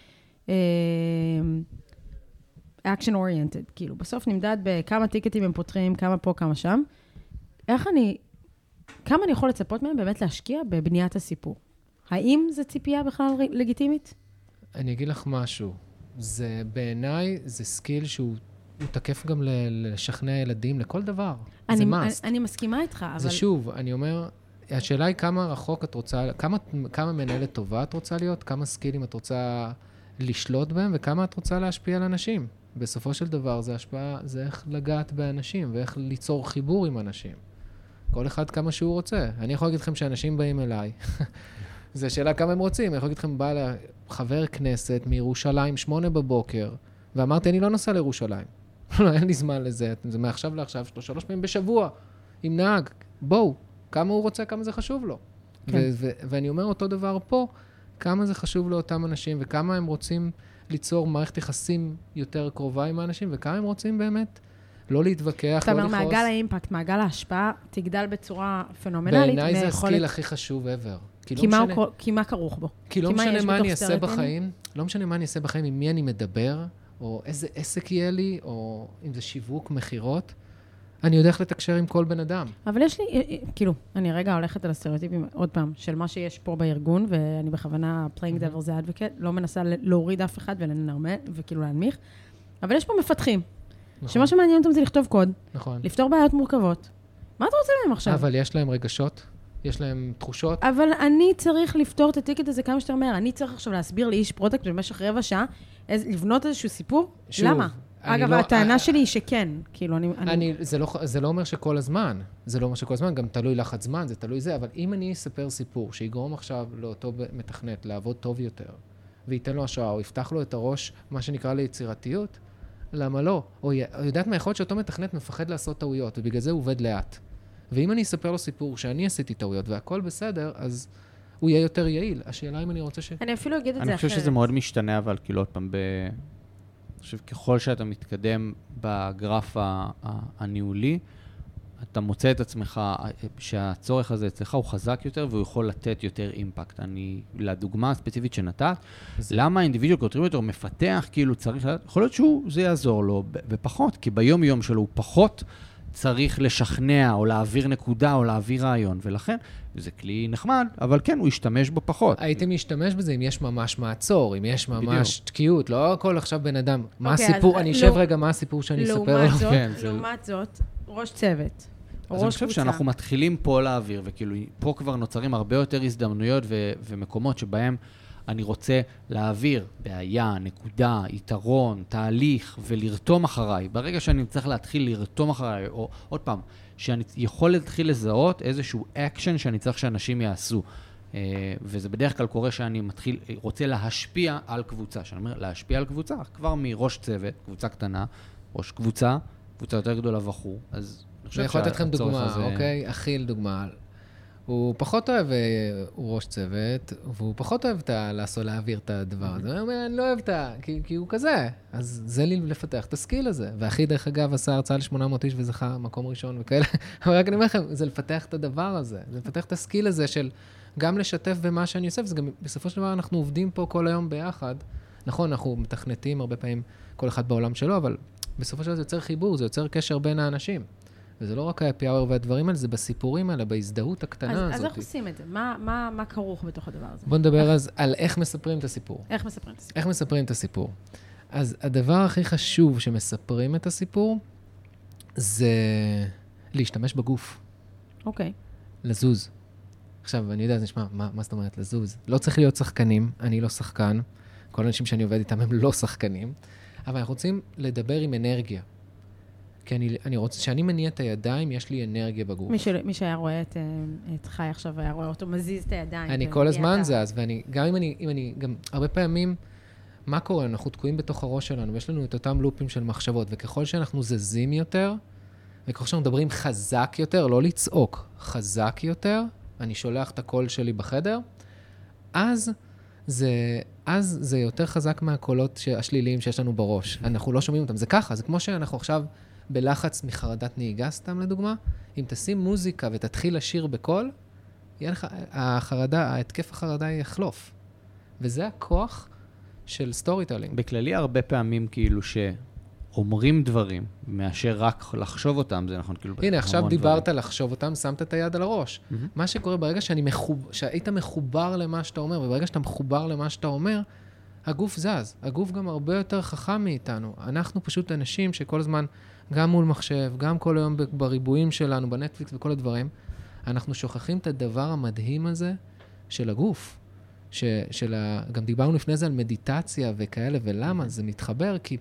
action oriented, כאילו, בסוף נמדד בכמה טיקטים הם פותחים, כמה פה, כמה שם. כמה אני יכול לצפות מהם באמת להשקיע בבניית הסיפור? האם זה ציפייה בכלל לגיטימית? אני אגיד לך משהו. בעיניי, זה סקיל שהוא תקף גם לשכנע ילדים, לכל דבר. זה must. אני מסכימה איתך, אבל... זה שוב, אני אומר, השאלה היא כמה רחוק את רוצה, כמה מנהלת טובה את רוצה להיות, כמה סקילים את רוצה לשלוט בהם, וכמה את רוצה להשפיע על אנשים. בסופו של דבר, זה השפעה, זה איך לגעת באנשים, ואיך ליצור חיבור עם אנשים. כל אחד כמה שהוא רוצה. אני יכול להגיד לכם שאנשים באים אליי. זו שאלה כמה הם רוצים. אני יכול להגיד לכם, בא לחבר כנסת מירושלים 8 בבוקר, ואמרתי, אני לא נוסע לירושלים. אין לי זמן לזה. זה מעכשיו לעכשיו, 3 פעמים בשבוע, עם נהג. בואו, כמה הוא רוצה, כמה זה חשוב לו. כן. ואני אומר אותו דבר פה, כמה זה חשוב לאותם אנשים, וכמה הם רוצים ליצור מערכת יחסים יותר קרובה עם האנשים, וכמה הם רוצים באמת לא להתווכח, לא לכעוס. אתה אומר, מעגל האימפקט, מעגל ההשפעה, תגדל בצורה פנומנלית. בעיניי זה הסקיל הכי חשוב ever. כי מה כרוך בו? כי לא משנה מה אני אעשה בחיים, לא משנה מה אני אעשה בחיים, עם מי אני מדבר, או איזה עסק יהיה לי, או אם זה שיווק, מחירות, אני יודע איך לתקשר עם כל בן אדם. אבל יש לי, כאילו, אני רגע הולכת על הסטריאוטיפים, עוד פעם, של מה שיש פה בארגון, ואני בכוונה playing devil's advocate, לא מנסה להוריד אף אחד ולנרמל, וכאילו להנמיך, אבל יש פה מפתחים, שמה שמעניין אותם זה לכתוב קוד, לפתור בעיות מורכבות. מה אתה רוצה מהם עכשיו? אבל יש להם רגשות, יש להם תחושות. אבל אני צריך לפתור את הטיקט הזה כמה שאתה אומר, אני צריך עכשיו להסביר לאיש פרודקט במשך רבע שעה, לבנות איזשהו סיפור, למה? אגב, הטענה שלי היא שכן, כאילו, זה לא אומר שכל הזמן, גם תלוי לחץ זמן, זה תלוי זה, אבל אם אני אספר סיפור שיגרום עכשיו לאותו מתכנת לעבוד טוב יותר, וייתן לו השראה, או יפתח לו את הראש, מה שנקרא ליצירתיות, למה לא? או יודעת מה, יכול להיות שאותו מתכנת מפחד לעשות טעויות, ובגלל זה הוא עובד לאט. ואם אני אספר לו סיפור שאני עשיתי טעויות והכל בסדר, אז הוא יהיה יותר יעיל. השאלה אם אני רוצה אני אפילו אגיד את זה אחרת. אני חושב שזה מאוד משתנה, אבל כאילו עוד פעם, אני חושב ככל שאתה מתקדם בגרף הניהולי, אתה מוצא את עצמך שהצורך הזה אצלך הוא חזק יותר, והוא יכול לתת יותר אימפקט. לדוגמה הספציפית שנתת, למה האינדיבידואל קונטריביוטור מפתח, כאילו צריך, יכול להיות שזה יעזור לו בפחות, כי ביום יום שלו הוא פחות צריך לשכנע, או להעביר נקודה, או להעביר רעיון, ולכן זה כלי נחמד, אבל כן, הוא ישתמש בו פחות. הייתי משתמש בזה אם יש ממש מעצור, אם יש ממש תקיעות, לא הכל עכשיו בן אדם. מה הסיפור? אני אשב רגע, מה הסיפור שאני אספר לו? לעומת זאת, ראש צוות. אז אני חושב שאנחנו מתחילים פה להעביר, וכאילו פה כבר נוצרים הרבה יותר הזדמנויות ומקומות שבהם אני רוצה להעביר בעיה, נקודה, יתרון, תהליך, ולרתום אחריי. ברגע שאני צריך להתחיל לרתום אחריי, או עוד פעם, שאני יכול להתחיל לזהות איזשהו אקשן שאני צריך שאנשים יעשו. וזה בדרך כלל קורה שאני רוצה להשפיע על קבוצה. שאני אומר, להשפיע על קבוצה, כבר מראש צוות, קבוצה קטנה, ראש קבוצה יותר גדולה וכו'. אז אני יכול לתת לכם דוגמה, אוקיי? אכיל דוגמה. הוא פחות אוהב, הוא ראש צוות, והוא פחות אוהב להעביר את הדבר הזה. הוא אומר, אני לא אוהב כי הוא כזה. אז זה לי לפתח את הסקיל הזה. והכי דרך אגב עשה הרצאה ל-800 איש וזכה מקום ראשון וכאלה. אבל רק אני אומר לכם, זה לפתח את הדבר הזה. זה לפתח את הסקיל הזה של גם לשתף במה שאני עושה, וזה גם בסופו של דבר אנחנו עובדים פה כל היום ביחד. נכון, אנחנו מתכנתים הרבה פעמים כל אחד בעולם שלו, אבל בסופו של דבר זה יוצר חיבור, זה יוצר קשר בין האנשים. וזה לא רק ה-happy hour והדברים האלה, זה בסיפורים האלה, בהזדהות הקטנה הזאת. אז איך עושים את זה? מה כרוך בתוך הדבר הזה? בוא נדבר אז על איך מספרים את הסיפור. איך מספרים את הסיפור. אז הדבר הכי חשוב שמספרים את הסיפור, זה להשתמש בגוף. אוקיי. לזוז. עכשיו, אני יודע, זה נשמע, מה זאת אומרת לזוז? לא צריך להיות שחקנים, אני לא שחקן. כל האנשים שאני עובד איתם הם לא שחקנים. אבל אנחנו רוצים לדבר עם אנרגיה. כי אני רוצה, כשאני מניע את הידיים, יש לי אנרגיה בגוף. מי שהיה רואה את חי עכשיו, היה רואה אותו מזיז את הידיים. אני כל הזמן זז, גם אם אני, גם הרבה פעמים, מה קורה? אנחנו תקועים בתוך הראש שלנו, ויש לנו את אותם לופים של מחשבות, וככל שאנחנו זזים יותר, וככל שאנחנו מדברים חזק יותר, לא לצעוק, חזק יותר, אני שולח את הקול שלי בחדר, אז זה יותר חזק מהקולות השליליים שיש לנו בראש. אנחנו לא שומעים אותם. זה ככה, זה כמו שאנחנו עכשיו בלחץ מחרדת נהיגה, סתם לדוגמה. אם תשים מוזיקה ותתחיל לשיר בקול, יהיה לך, ההתקף החרדה יחלוף. וזה הכוח של סטורי טלינג. בכללי הרבה פעמים כאילו שאומרים דברים, מאשר רק לחשוב אותם, זה נכון כאילו... הנה, עכשיו דיברת לחשוב אותם, שמת את היד על הראש. מה שקורה ברגע שהיית מחובר למה שאתה אומר, וברגע שאתה מחובר למה שאתה אומר, הגוף זז. הגוף גם הרבה יותר חכם מאיתנו. אנחנו פשוט אנשים שכל הזמן, גם מול מחשב, גם כל היום בריבועים שלנו, בנטפליקס וכל הדברים, אנחנו שוכחים את הדבר המדהים הזה של הגוף. גם דיברנו לפני זה על מדיטציה וכאלה, ולמה? זה מתחבר, כי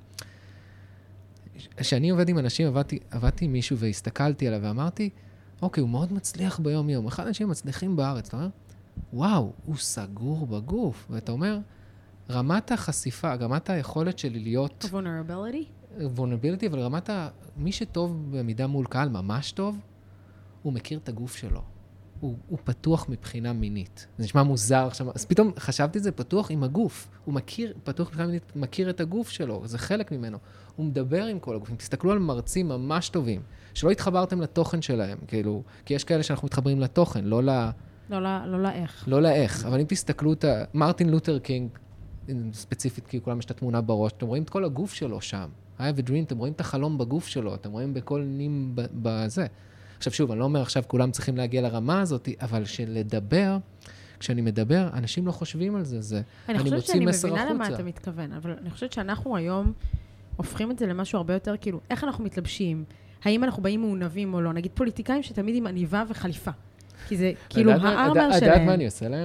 כשאני עובד עם אנשים, עבדתי עם מישהו והסתכלתי עליו ואמרתי, אוקיי, הוא מאוד מצליח ביום יום. אחד האנשים מצליחים בארץ, אתה אומר, וואו, הוא סגור בגוף. ואתה אומר, רמת החשיפה, רמת היכולת שלי להיות... vulnerability, אבל רמת מי שטוב במידה מול קהל, ממש טוב, הוא מכיר את הגוף שלו. הוא פתוח מבחינה מינית. זה נשמע מוזר עכשיו, אז פתאום חשבתי את זה פתוח עם הגוף. הוא פתוח מבחינה מינית, מכיר את הגוף שלו, זה חלק ממנו. הוא מדבר עם כל הגופים. תסתכלו על מרצים ממש טובים, שלא התחברתם לתוכן שלהם, כאילו, כי יש כאלה שאנחנו מתחברים לתוכן, לא לאיך. לא לאיך, אבל אם תסתכלו את מרטין לותר קינג, ספציפית, כי כולם יש את התמונה בראש, אתם רואים את כל הגוף שלו שם. I have a dream, אתם רואים את החלום בגוף שלו, אתם רואים בכל נים בזה. עכשיו שוב, אני לא אומר עכשיו כולם צריכים להגיע לרמה הזאת, אבל שלדבר, כשאני מדבר, אנשים לא חושבים על זה. אני חושבת שאני מבינה למה אתה מתכוון, אבל אני חושבת שאנחנו היום הופכים את זה למשהו הרבה יותר, כאילו, איך אנחנו מתלבשים, האם אנחנו באים מעונבים או לא, נגיד פוליטיקאים שתמיד עם עניבה וחליפה, כי זה כאילו הארמר שלהם. הדעת מה אני עושה להם?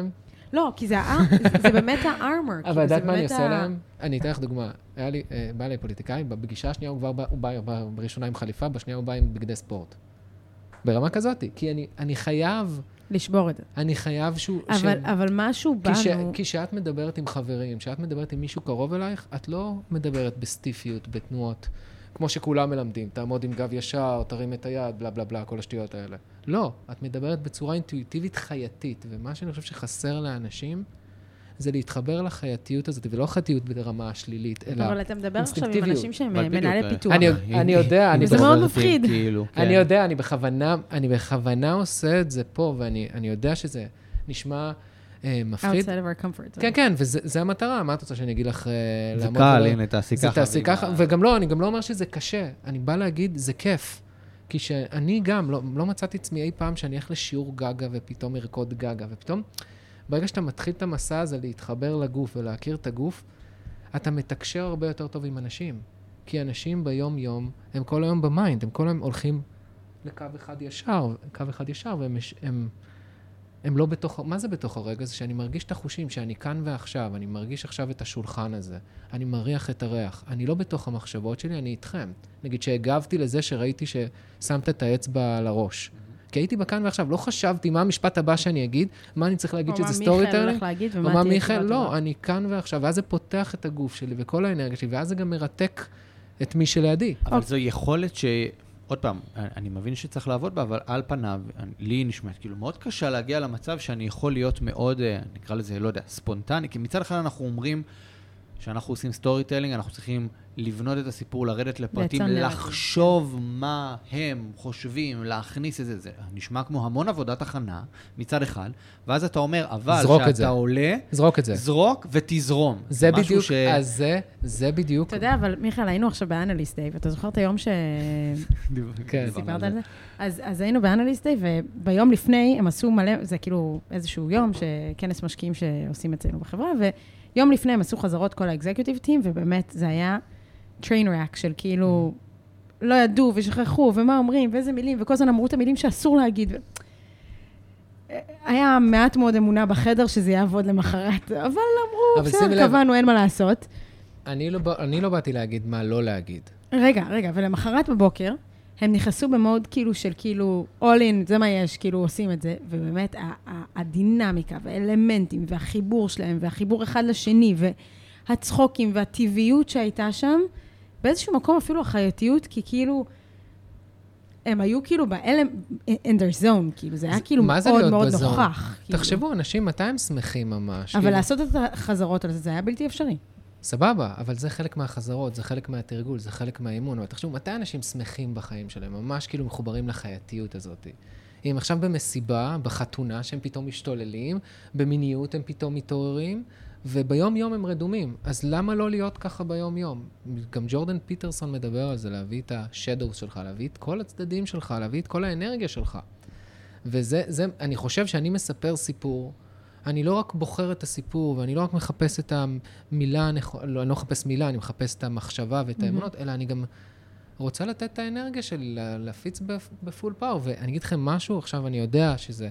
לא, כי זה באמת הארמור. אבל יודעת מה אני עושה להם? אני אתן לך דוגמה. בא לי פוליטיקאי, בפגישה השנייה הוא בא בראשונה עם חליפה, בשנייה הוא בא עם בגדי ספורט. ברמה כזאת, כי אני חייב... לשבור את זה. אני חייב שהוא... אבל משהו בנו... כי כשאת מדברת עם חברים, כשאת מדברת עם מישהו קרוב אלייך, את לא מדברת בסטיפיות, בתנועות, כמו שכולם מלמדים. תעמוד עם גב ישר, תרים את היד, בלה בלה בלה, כל השטויות האלה. לא, את מדברת בצורה אינטואיטיבית חייתית, ומה שאני חושב שחסר לאנשים, זה להתחבר לחייתיות הזאת, ולא חייתיות ברמה השלילית, אלא אבל אתה מדבר עכשיו עם אנשים שהם מנהלי פיתוח. אני יודע, וזה מאוד מפחיד. אני יודע, אני בכוונה עושה את זה פה, ואני יודע שזה נשמע מפחיד. outside of our comfort. כן, כן, וזה המטרה. מה את רוצה שאני אגיד לך? זה קל, הנה, תעשי ככה. וגם לא, אני גם לא אומר שזה קשה. אני בא להגיד, זה כיף. כי שאני גם לא מצאתי עצמי אי פעם שאני הולך לשיעור גגה, ופתאום ירקוד גגה, ופתאום... ברגע שאתה מתחיל את המסע הזה להתחבר לגוף ולהכיר את הגוף, אתה מתקשר הרבה יותר טוב עם אנשים. כי אנשים ביום-יום, הם כל היום במיינד, הם כל היום הולכים לקו אחד ישר, והם לא בתוך... מה זה בתוך הרגע? זה שאני מרגיש את החושים, שאני כאן ועכשיו, אני מרגיש עכשיו את השולחן הזה, אני מריח את הריח, אני לא בתוך המחשבות שלי, אני איתכם. נגיד שהגבתי לזה שראיתי ששמת את האצבע על הראש. כי הייתי בכאן ועכשיו, לא חשבתי מה המשפט הבא שאני אגיד, מה אני צריך להגיד שזה סטורי טיילינג, או מה מיכאל, לא, אני כאן ועכשיו, ואז זה פותח את הגוף שלי וכל האנרגיה שלי, ואז זה גם מרתק את מי שלידי. אבל זו יכולת עוד פעם, אני מבין שצריך לעבוד בה, אבל על פניו, לי נשמעת, כאילו מאוד קשה להגיע למצב שאני יכול להיות מאוד, נקרא לזה, לא יודע, ספונטני, כי מצד אחד אנחנו אומרים שאנחנו עושים סטורי טיילינג, אנחנו צריכים לבנות את הסיפור, לרדת לפרטים, לחשוב מה הם חושבים, להכניס את זה. זה נשמע כמו המון עבודת הכנה מצד אחד, ואז אתה אומר, אבל שאתה עולה, זרוק ותזרום. זה בדיוק, אז זה בדיוק. אתה יודע, אבל מיכאל, היינו עכשיו באנליסט דיי, ואתה זוכר את היום סיפרת על זה? אז היינו באנליסט דיי, וביום לפני הם עשו מלא, זה כאילו איזשהו יום שכנס משקיעים שעושים אצלנו בחברה, ויום לפני הם עשו חזרות כל האקזקיוטיב טים, ובאמת זה היה train wreck של כאילו, לא ידעו ושכחו, ומה אומרים, ואיזה מילים, וכל הזמן אמרו את המילים שאסור להגיד. היה מעט מאוד אמונה בחדר שזה יעבוד למחרת, אבל אמרו, בסדר, קבענו, אין מה לעשות. אני לא באתי להגיד מה לא להגיד. רגע, ולמחרת בבוקר, הם נכנסו במוד כאילו של כאילו, all in, זה מה יש, כאילו עושים את זה, ובאמת הדינמיקה והאלמנטים והחיבור שלהם, והחיבור אחד לשני, והצחוקים והטבעיות שהייתה שם, באיזשהו מקום אפילו החייתיות, כי כאילו, הם היו כאילו in their zone, כאילו, זה היה כאילו מאוד מאוד נוכח. תחשבו, אנשים, מתי הם שמחים ממש? אבל לעשות את החזרות על זה, זה היה בלתי אפשרי. סבבה, אבל זה חלק מהחזרות, זה חלק מהתרגול, זה חלק מהאימון. אבל תחשבו, מתי אנשים שמחים בחיים שלהם? ממש כאילו מחוברים לחייתיות הזאת. אם עכשיו במסיבה, בחתונה, שהם פתאום משתוללים, במיניות הם פתאום מתעוררים, וביום יום הם רדומים. אז למה לא להיות ככה ביום יום? גם ג'ורדן פיטרסון מדבר על זה, להביא את השדוס שלך, להביא את כל הצדדים שלך, להביא את כל האנרגיה שלך. וזה, אני חושב שאני מספר סיפור, אני לא רק בוחר את הסיפור, ואני לא רק מחפש את המילה, אני לא מחפש מילה, אני מחפש את המחשבה ואת האמונות, אלא אני גם רוצה לתת את האנרגיה שלי, להפיץ בפול פאור. ואני אגיד לכם משהו, עכשיו אני יודע שזה,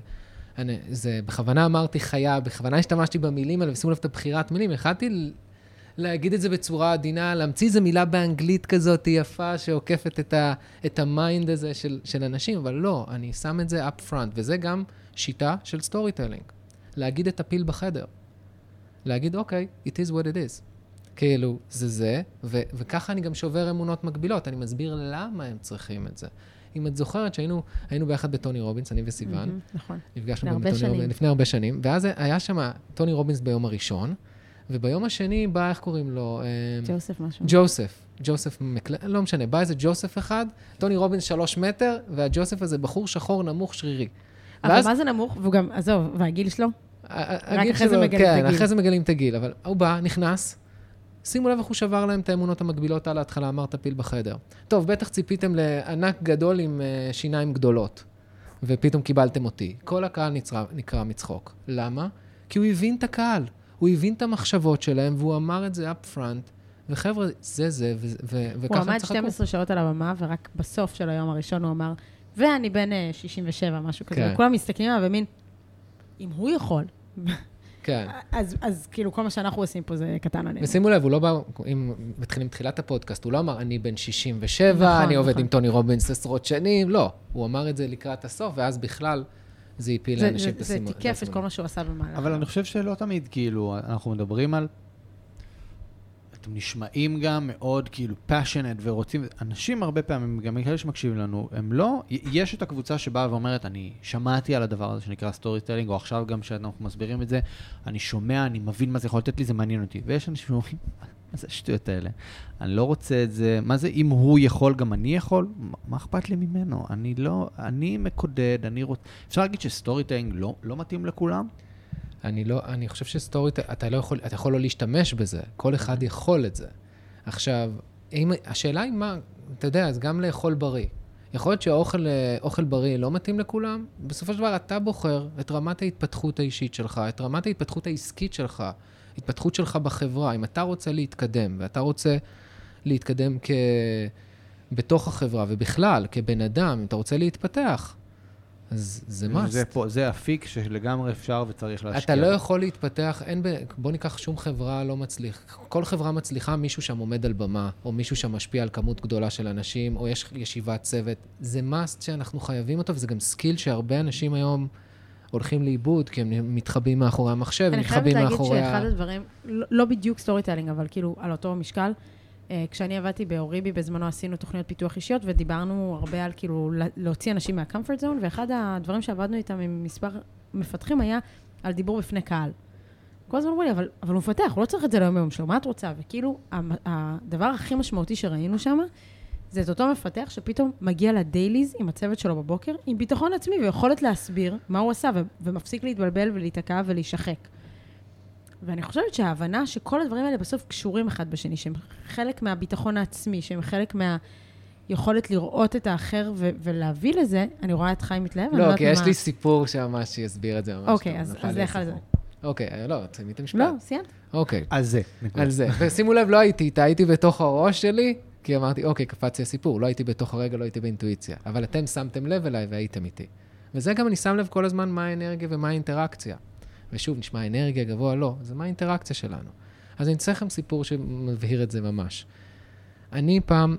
בכוונה אמרתי חיה, בכוונה השתמשתי במילים האלה, ושימו לב את הבחירת מילים, החלטתי להגיד את זה בצורה עדינה, להמציא איזו מילה באנגלית כזאת יפה, שעוקפת את המיינד הזה של אנשים, אבל לא, אני שם את זה up front, וזה גם שיטה של סטורי טיילינג. להגיד את הפיל בחדר. להגיד, אוקיי, it is what it is. כאילו, זה, וככה אני גם שובר אמונות מקבילות. אני מסביר למה הם צריכים את זה. אם את זוכרת שהיינו ביחד בטוני רובינס, אני וסיוון. נכון. נפגשנו בטוני רובינס לפני הרבה שנים, ואז היה שם טוני רובינס ביום הראשון, וביום השני בא, איך קוראים לו? ג'וסף משהו. ג'וסף, לא משנה, בא איזה ג'וסף אחד, טוני רובינס 3 מטר, והג'וסף הזה בחור שחור נמוך שרירי. אבל מה זה נמוך? והוא גם, עזוב, והגיל שלו? רק אחרי זה מגלים את הגיל. כן, אחרי זה מגלים את הגיל, אבל הוא בא, נכנס, שימו לב איך הוא שבר להם את האמונות המקבילות על ההתחלה, אמרת פיל בחדר. טוב, בטח ציפיתם לענק גדול עם שיניים גדולות, ופתאום קיבלתם אותי. כל הקהל נקרא מצחוק. למה? כי הוא הבין את הקהל, הוא הבין את המחשבות שלהם, והוא אמר את זה up front, וחבר'ה, זה, וככה הוא עמד 12 שעות על הבמה, ורק בסוף של היום הראשון הוא אמר, ואני בן 67, משהו כזה. כולם מסתכלים עליו ומין, אם הוא יכול. כן. אז כאילו, כל מה שאנחנו עושים פה זה קטן עלינו. ושימו לב, הוא לא בא, אם מתחילים תחילת הפודקאסט, הוא לא אמר, אני בן 67, אני עובד עם טוני רובינס עשרות שנים, לא. הוא אמר את זה לקראת הסוף, ואז בכלל זה הפיל לאנשים את הסימון. זה תיקף את כל מה שהוא עשה במהלך. אבל אני חושב שלא תמיד, כאילו, אנחנו מדברים על... אתם נשמעים גם מאוד, כאילו, passionate ורוצים... אנשים הרבה פעמים, גם כאלה שמקשיבים לנו, הם לא... יש את הקבוצה שבאה ואומרת, אני שמעתי על הדבר הזה שנקרא סטורי טיילינג, או עכשיו גם שאנחנו מסבירים את זה, אני שומע, אני מבין מה זה יכול לתת לי, זה מעניין אותי. ויש אנשים שאומרים, מה זה השטויות האלה? אני לא רוצה את זה, מה זה אם הוא יכול, גם אני יכול? מה אכפת לי ממנו? אני לא... אני מקודד, אני רוצה... אפשר להגיד שסטורי טיילינג לא מתאים לכולם? אני חושב שסטורי, אתה יכול לא להשתמש בזה. כל אחד יכול את זה. עכשיו, השאלה היא מה, אתה יודע, אז גם לאכול בריא. יכול להיות שאוכל בריא לא מתאים לכולם. בסופו של דבר, אתה בוחר את רמת ההתפתחות האישית שלך, את רמת ההתפתחות העסקית שלך, התפתחות שלך בחברה. אם אתה רוצה להתקדם, ואתה רוצה להתקדם בתוך החברה, ובכלל, כבן אדם, אם אתה רוצה להתפתח, אז זה must. זה אפיק שלגמרי אפשר וצריך להשקיע. אתה לא יכול להתפתח, בוא ניקח שום חברה לא מצליח. כל חברה מצליחה, מישהו שם עומד על במה, או מישהו שם משפיע על כמות גדולה של אנשים, או יש ישיבת צוות. זה must שאנחנו חייבים אותו, וזה גם סקיל שהרבה אנשים היום הולכים לאיבוד, כי הם מתחבאים מאחורי המחשב, הם מתחבאים מאחורי... אני חייבת להגיד שאחד הדברים, לא בדיוק סטורי טיילינג, אבל כאילו על אותו משקל, כשאני עבדתי באוריבי, בזמנו עשינו תוכניות פיתוח אישיות, ודיברנו הרבה על כאילו להוציא אנשים מהקומפורט זון, ואחד הדברים שעבדנו איתם עם מספר מפתחים היה על דיבור בפני קהל. כל הזמן אמרו לי, אבל הוא מפתח, הוא לא צריך את זה ליום יום שלו, מה את רוצה? וכאילו, הדבר הכי משמעותי שראינו שם, זה את אותו מפתח שפתאום מגיע לדייליז עם הצוות שלו בבוקר, עם ביטחון עצמי ויכולת להסביר מה הוא עשה, ומפסיק להתבלבל ולהיתקע ולהישחק. ואני חושבת שההבנה שכל הדברים האלה בסוף קשורים אחד בשני, שהם חלק מהביטחון העצמי, שהם חלק מהיכולת לראות את האחר ולהביא לזה, אני רואה את חיים מתלהב. לא, כי יש לי סיפור שממש יסביר את זה ממש. אוקיי, אז לך על זה. אוקיי, לא, תמיד המשפט. לא, סיימת. אוקיי. על זה. על זה. ושימו לב, לא הייתי איתה, הייתי בתוך הראש שלי, כי אמרתי, אוקיי, קפצתי הסיפור, לא הייתי בתוך הרגע, לא הייתי באינטואיציה. אבל אתם שמתם לב אליי והייתם איתי. וזה גם אני שם לב כל הזמן מה האנרגיה ומה האינטראקציה. ושוב, נשמע אנרגיה גבוה, לא, זה מה האינטראקציה שלנו. אז אני צריך לכם סיפור שמבהיר את זה ממש. אני פעם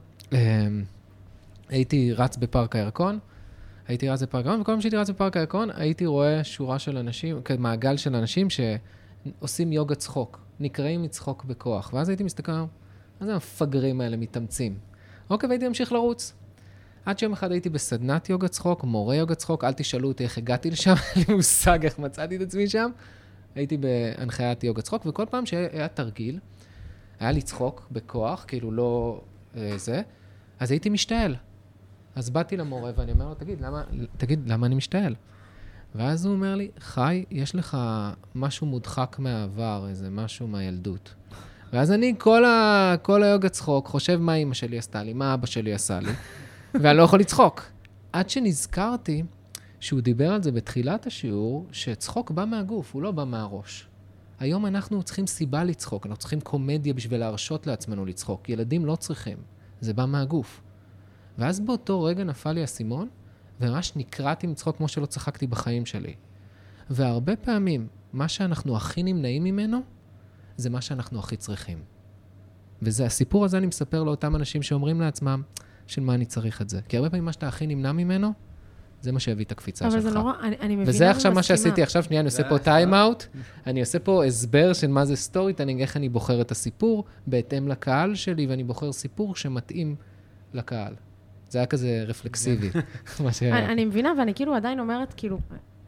הייתי רץ בפארק הירקון, וכל פעם שהייתי רץ בפארק הירקון, הייתי רואה שורה של אנשים, מעגל של אנשים שעושים יוגה צחוק, נקראים מצחוק בכוח, ואז הייתי מסתכל, מה זה המפגרים האלה מתאמצים? אוקיי, והייתי ממשיך לרוץ. עד שיום אחד הייתי בסדנת יוגה צחוק, מורה יוגה צחוק, אל תשאלו אותי איך הגעתי לשם, אין לי מושג איך מצאתי את עצמי שם. הייתי בהנחיית יוגה צחוק, וכל פעם שהיה תרגיל, היה לי צחוק בכוח, כאילו לא זה, אז הייתי משתעל. אז באתי למורה ואני אומר לו, תגיד, למה אני משתעל? ואז הוא אומר לי, חי, יש לך משהו מודחק מהעבר, איזה משהו מהילדות. ואז אני כל היוגה צחוק, חושב מה אמא שלי עשתה לי, מה אבא שלי עשה לי, ואני לא יכול לצחוק. עד שנזכרתי שהוא דיבר על זה בתחילת השיעור, שצחוק בא מהגוף, הוא לא בא מהראש. היום אנחנו צריכים סיבה לצחוק, אנחנו צריכים קומדיה בשביל להרשות לעצמנו לצחוק. ילדים לא צריכים, זה בא מהגוף. ואז באותו רגע נפל לי הסימון, וממש נקראתי מצחוק כמו שלא צחקתי בחיים שלי. והרבה פעמים, מה שאנחנו הכי נמנעים ממנו, זה מה שאנחנו הכי צריכים. וזה, הסיפור הזה אני מספר לאותם אנשים שאומרים לעצמם, של מה אני צריך את זה. כי הרבה פעמים מה שאתה הכי נמנע ממנו, זה מה שהביא את הקפיצה שלך. אבל זה נורא, אני מבינה וזה עכשיו מה שעשיתי. עכשיו שנייה, אני עושה פה טיים-אאוט, אני עושה פה הסבר של מה זה סטורי טיילינג, איך אני בוחר את הסיפור, בהתאם לקהל שלי, ואני בוחר סיפור שמתאים לקהל. זה היה כזה רפלקסיבי. אני מבינה, ואני כאילו עדיין אומרת, כאילו,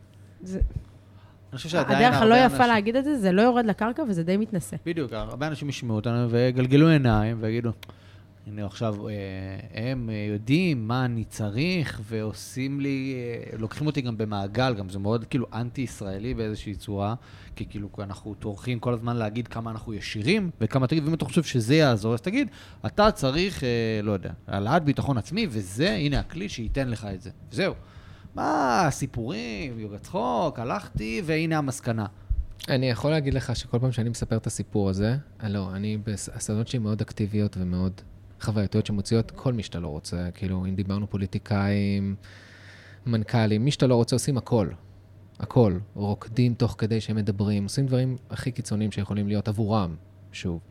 אני חושב שעדיין הדרך הלא יפה להגיד את זה, זה לא יורד לקרקע וזה די מתנסה. בדיוק, הרבה אנשים ישמעו אותנו וגלגלו עיניים ויגידו, הנה עכשיו, הם יודעים מה אני צריך ועושים לי, לוקחים אותי גם במעגל, גם זה מאוד כאילו אנטי-ישראלי באיזושהי צורה, כי כאילו אנחנו טורחים כל הזמן להגיד כמה אנחנו ישירים, וכמה תגיד, ואם אתה חושב שזה יעזור, אז תגיד, אתה צריך, לא יודע, העלאת ביטחון עצמי, וזה, הנה הכלי שייתן לך את זה. זהו. מה, סיפורים, יוגה צחוק, הלכתי, והנה המסקנה. אני יכול להגיד לך שכל פעם שאני מספר את הסיפור הזה, הסדנות שלי מאוד אקטיביות ומאוד חווייתיות שמוציאות כל מי שאתה לא רוצה, כאילו, אם דיברנו פוליטיקאים, מנכ"לים, מי שאתה לא רוצה עושים הכל. הכל. רוקדים תוך כדי שהם מדברים, עושים דברים הכי קיצוניים שיכולים להיות עבורם, שוב.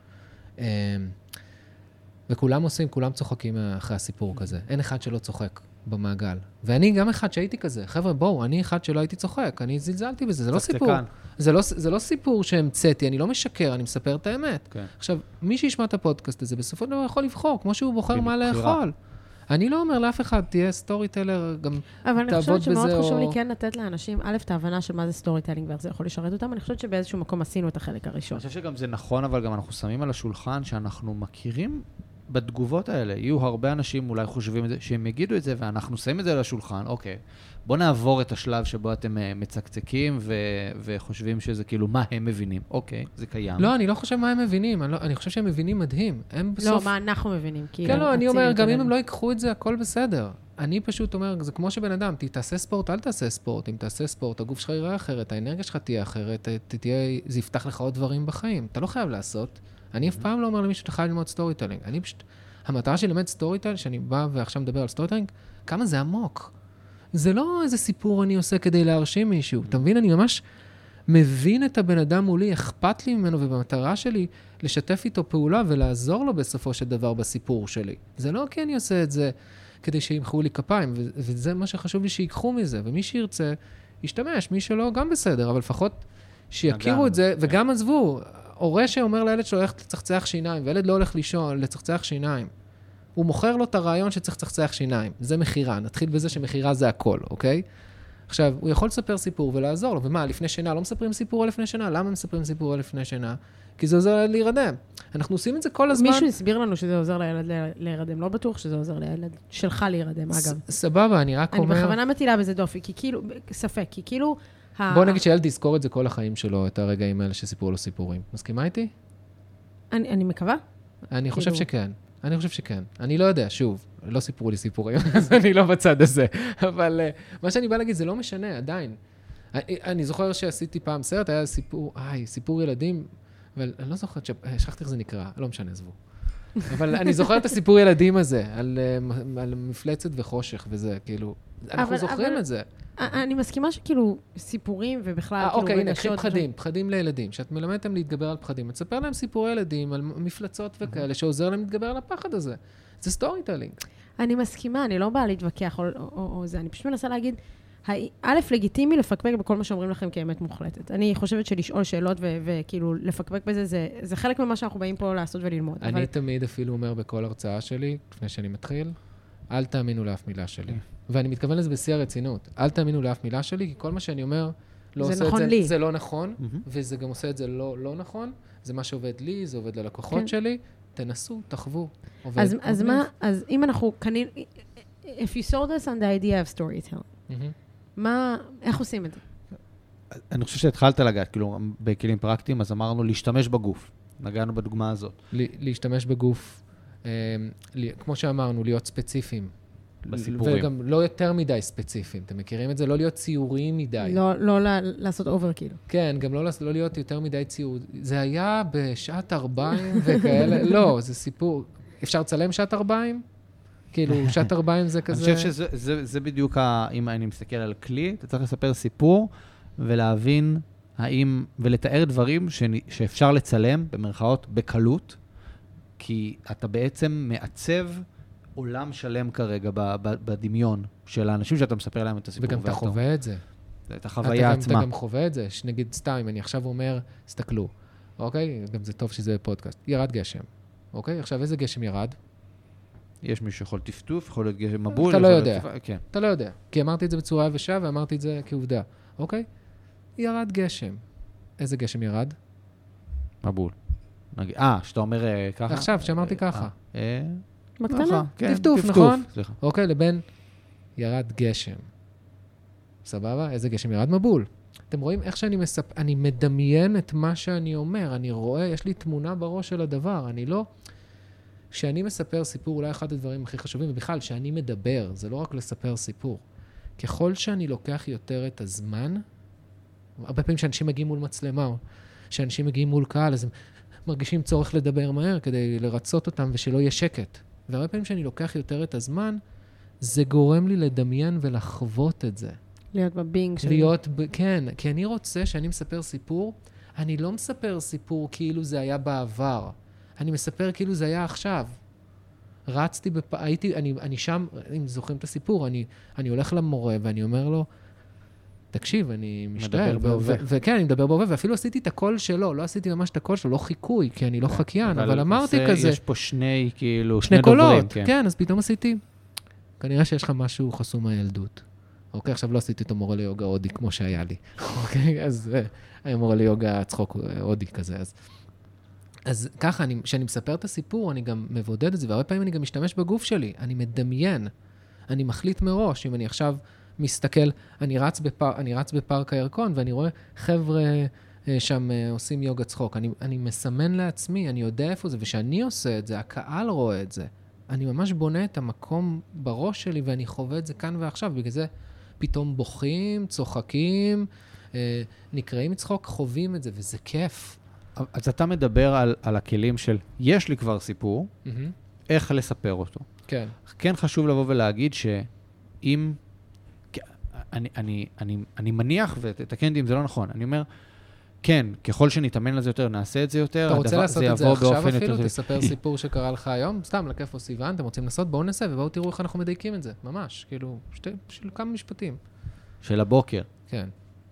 וכולם עושים, כולם צוחקים אחרי הסיפור כזה. אין אחד שלא צוחק במעגל. ואני גם אחד שהייתי כזה. חבר'ה, בואו, אני אחד שלא הייתי צוחק. אני זלזלתי בזה, זה לא סיפור. זה לא סיפור שהמצאתי, אני לא משקר, אני מספר את האמת. כן. עכשיו, מי שישמע את הפודקאסט הזה, בסופו של דבר יכול לבחור, כמו שהוא בוחר מה לאכול. אני לא אומר לאף אחד, תהיה סטורי טלר, גם אבל אני תעבוד חושבת בזה שמאוד או... חשוב לי כן לתת לאנשים, א', את ההבנה של מה זה סטורי טיילינג ואיך זה יכול לשרת אותם. אני חושבת שבאיזשהו מקום עשינו את החלק הראשון. אני חושב שגם זה נכון, אבל גם אנחנו שמים על השולחן שאנחנו מכירים בתגובות האלה. יהיו הרבה אנשים אולי חושבים את זה, שהם יגידו את זה, ואנחנו שמים את זה על השולחן. אוקיי, בוא נעבור את השלב שבו אתם מצקצקים וחושבים שזה כאילו מה הם מבינים. אוקיי, זה קיים. לא, אני לא חושב מה הם מבינים. אני חושב שהם מבינים מדהים. הם בסוף... לא, מה אנחנו מבינים. כן, לא, אני אומר, גם אם הם לא ייקחו את זה, הכל בסדר. אני פשוט אומר, זה כמו שבן אדם, תעשה ספורט, אל תעשה ספורט. אם תעשה ספורט, הגוף שלך יראה אחרת, האנרגיה שלך תהיה אחרת, זה יפתח לך עוד דברים בחיים. אתה לא חייב לעשות. אני אף פעם לא אומר למישהו, אתה חייב ללמוד סטורי טיילינג. אני פשוט, המטרה שלי ללמד סטורי טיילינג, שאני בא ועכשיו מדבר על סטורי טיילינג, כמה זה עמוק. זה לא איזה סיפור אני עושה כדי להרשים מישהו. אתה מבין? אני ממש מבין את הבן אדם מולי, אכפת לי ממנו, ובמטרה שלי לשתף איתו פעולה ולעזור לו בסופו של דבר בסיפור שלי. זה לא כי אני עושה את זה כדי שימחאו לי כפיים, וזה מה שחשוב לי שיקחו מזה, ומי שירצה, ישתמש, מי שלא, גם בסדר, אבל לפחות שיכירו את זה, וגם עזבו, הורה שאומר לילד שלו הולך לצחצח שיניים, וילד לא הולך לישון, לצחצח שיניים. הוא מוכר לו את הרעיון שצריך לצחצח שיניים. זה מחירה, נתחיל בזה שמחירה זה הכל, אוקיי? עכשיו, הוא יכול לספר סיפור ולעזור לו, ומה, לפני שינה, לא מספרים סיפור על לפני שינה? למה מספרים סיפור על לפני שינה? כי זה עוזר להירדם. אנחנו עושים את זה כל הזמן. מישהו הסביר לנו שזה עוזר לילד להירדם, לא בטוח שזה עוזר לילד שלך להירדם, אגב. סבבה, אני רק אומר... אני בכוונה מטילה בזה דופי, כי כאילו, ספק, כי כאילו... בוא נגיד שילד יזכור את זה כל החיים שלו, את הרגעים האלה שסיפרו לו סיפורים. מסכימה איתי? אני מקווה. אני חושב שכן. אני חושב שכן. אני לא יודע, שוב, לא סיפרו לי סיפורים, אז אני לא בצד הזה. אבל מה שאני בא להגיד, זה לא משנה, עדיין. אני זוכר שעשיתי פעם סרט, היה סיפור ילדים, אבל אני לא זוכר, שכחתי איך זה נקרא, לא משנה, עזבו. אבל אני זוכר את הסיפור ילדים הזה, על מפלצת וחושך וזה, כאילו, אנחנו זוכרים את זה. אני מסכימה שכאילו סיפורים ובכלל, כאילו, אוקיי, נקחים פחדים לילדים. שאת מלמדתם להתגבר על פחדים, תספר להם סיפורי ילדים על מפלצות וכאלה, שעוזר להם להתגבר על הפחד הזה. זה סטורי טיילינג. אני מסכימה, אני לא באה להתווכח או זה, אני פשוט מנסה להגיד, א', לגיטימי לפקפק בכל מה שאומרים לכם כאמת מוחלטת. אני חושבת שלשאול שאלות וכאילו לפקפק בזה, זה חלק ממה שאנחנו באים פה לעשות וללמוד. אני תמיד אפילו אומר בכל הרצאה שלי, לפני שאני מתחיל, אל תאמינו לאף מילה שלי. ואני מתכוון לזה בשיא הרצינות. אל תאמינו לאף מילה שלי, כי כל מה שאני אומר, לא עושה את זה, זה לא נכון, וזה גם עושה את זה לא נכון. זה מה שעובד לי, זה עובד ללקוחות שלי. תנסו, תחוו. אז אם אנחנו, if you sold us on the idea of storytelling, איך עושים את זה? אני חושב שהתחלת לגעת, כאילו, בכלים פרקטיים, אז אמרנו להשתמש בגוף. נגענו בדוגמה הזאת. להשתמש בגוף, כמו שאמרנו, להיות ספציפיים. בסיפורים. וגם לא יותר מדי ספציפיים. אתם מכירים את זה? לא להיות ציוריים מדי. לא לעשות אובר כאילו. כן, גם לא להיות יותר מדי ציור. זה היה בשעת 40 וכאלה. לא, זה סיפור. אפשר לצלם שעת 40? כאילו, שעת 40 זה כזה... אני חושב שזה בדיוק, אם אני מסתכל על כלי, אתה צריך לספר סיפור ולהבין האם, ולתאר דברים שאפשר לצלם, במרכאות, בקלות, כי אתה בעצם מעצב עולם שלם כרגע בדמיון של האנשים שאתה מספר להם את הסיפור. וגם אתה חווה את זה. את החוויה עצמה. אתה גם חווה את זה, שנגיד סתם, אני עכשיו אומר, סתכלו, אוקיי? גם זה טוב שזה פודקאסט. ירד גשם, אוקיי? עכשיו איזה גשם ירד? יש מישהו שיכול טפטוף, יכול להיות גשם מבול. אתה לא יודע. כן. אתה לא יודע. כי אמרתי את זה בצורה יבשה ואמרתי את זה כעובדה. אוקיי? ירד גשם. איזה גשם ירד? מבול. שאתה אומר ככה? עכשיו, שאמרתי ככה. בקטנה. טפטוף, נכון? אוקיי, לבין ירד גשם. סבבה? איזה גשם ירד? מבול. אתם רואים איך אני מדמיין את מה שאני אומר. אני רואה, יש לי תמונה בראש של הדבר. אני לא... כשאני מספר סיפור, אולי אחד הדברים הכי חשובים, ובכלל, שאני מדבר, זה לא רק לספר סיפור. ככל שאני לוקח יותר את הזמן, הרבה פעמים שאנשים מגיעים מול מצלמה, או שאנשים מגיעים מול קהל, אז הם מרגישים צורך לדבר מהר כדי לרצות אותם ושלא יהיה שקט. והרבה פעמים שאני לוקח יותר את הזמן, זה גורם לי לדמיין ולחוות את זה. להיות בבינג שלי. כן, כי אני רוצה שאני מספר סיפור, אני לא מספר סיפור כאילו זה היה בעבר. אני מספר כאילו זה היה עכשיו. רצתי, אני שם, אם זוכרים את הסיפור, אני הולך למורה ואני אומר לו, תקשיב, אני משתער בהווה. וכן, אני מדבר בהווה, ואפילו עשיתי את הקול שלו, לא עשיתי ממש את הקול שלו, לא חיקוי, כי אני לא חקיין, אבל אמרתי כזה. יש פה שני דוברים. קולות, כן, אז פתאום עשיתי, כנראה שיש לך משהו חסום מהילדות. אוקיי, עכשיו לא עשיתי את המורה ליוגה הודי, כמו שהיה לי. אוקיי, אז היה מורה ליוגה צחוק הודי כזה, אז ככה, כשאני מספר את הסיפור, אני גם מבודד את זה, והרבה פעמים אני גם משתמש בגוף שלי, אני מדמיין, אני מחליט מראש, אם אני עכשיו מסתכל, אני רץ בפארק הירקון, ואני רואה חבר'ה שם עושים יוגה צחוק, אני מסמן לעצמי, אני יודע איפה זה, ושאני עושה את זה, הקהל רואה את זה, אני ממש בונה את המקום בראש שלי, ואני חווה את זה כאן ועכשיו, בגלל זה פתאום בוכים, צוחקים, נקראים מצחוק, חווים את זה, וזה כיף. אז אתה מדבר על הכלים של, יש לי כבר סיפור, איך לספר אותו. כן. כן חשוב לבוא ולהגיד שאם, אני מניח, ותתקן אותי אם זה לא נכון, אני אומר, כן, ככל שנתאמן לזה יותר, נעשה את זה יותר, אתה רוצה לעשות את זה עכשיו אפילו? תספר סיפור שקרה לך היום, סתם, לכיף או סיוון, אתם רוצים לעשות? בואו נעשה ובואו תראו איך אנחנו מדייקים את זה, ממש, כאילו, של כמה משפטים. של הבוקר. כן.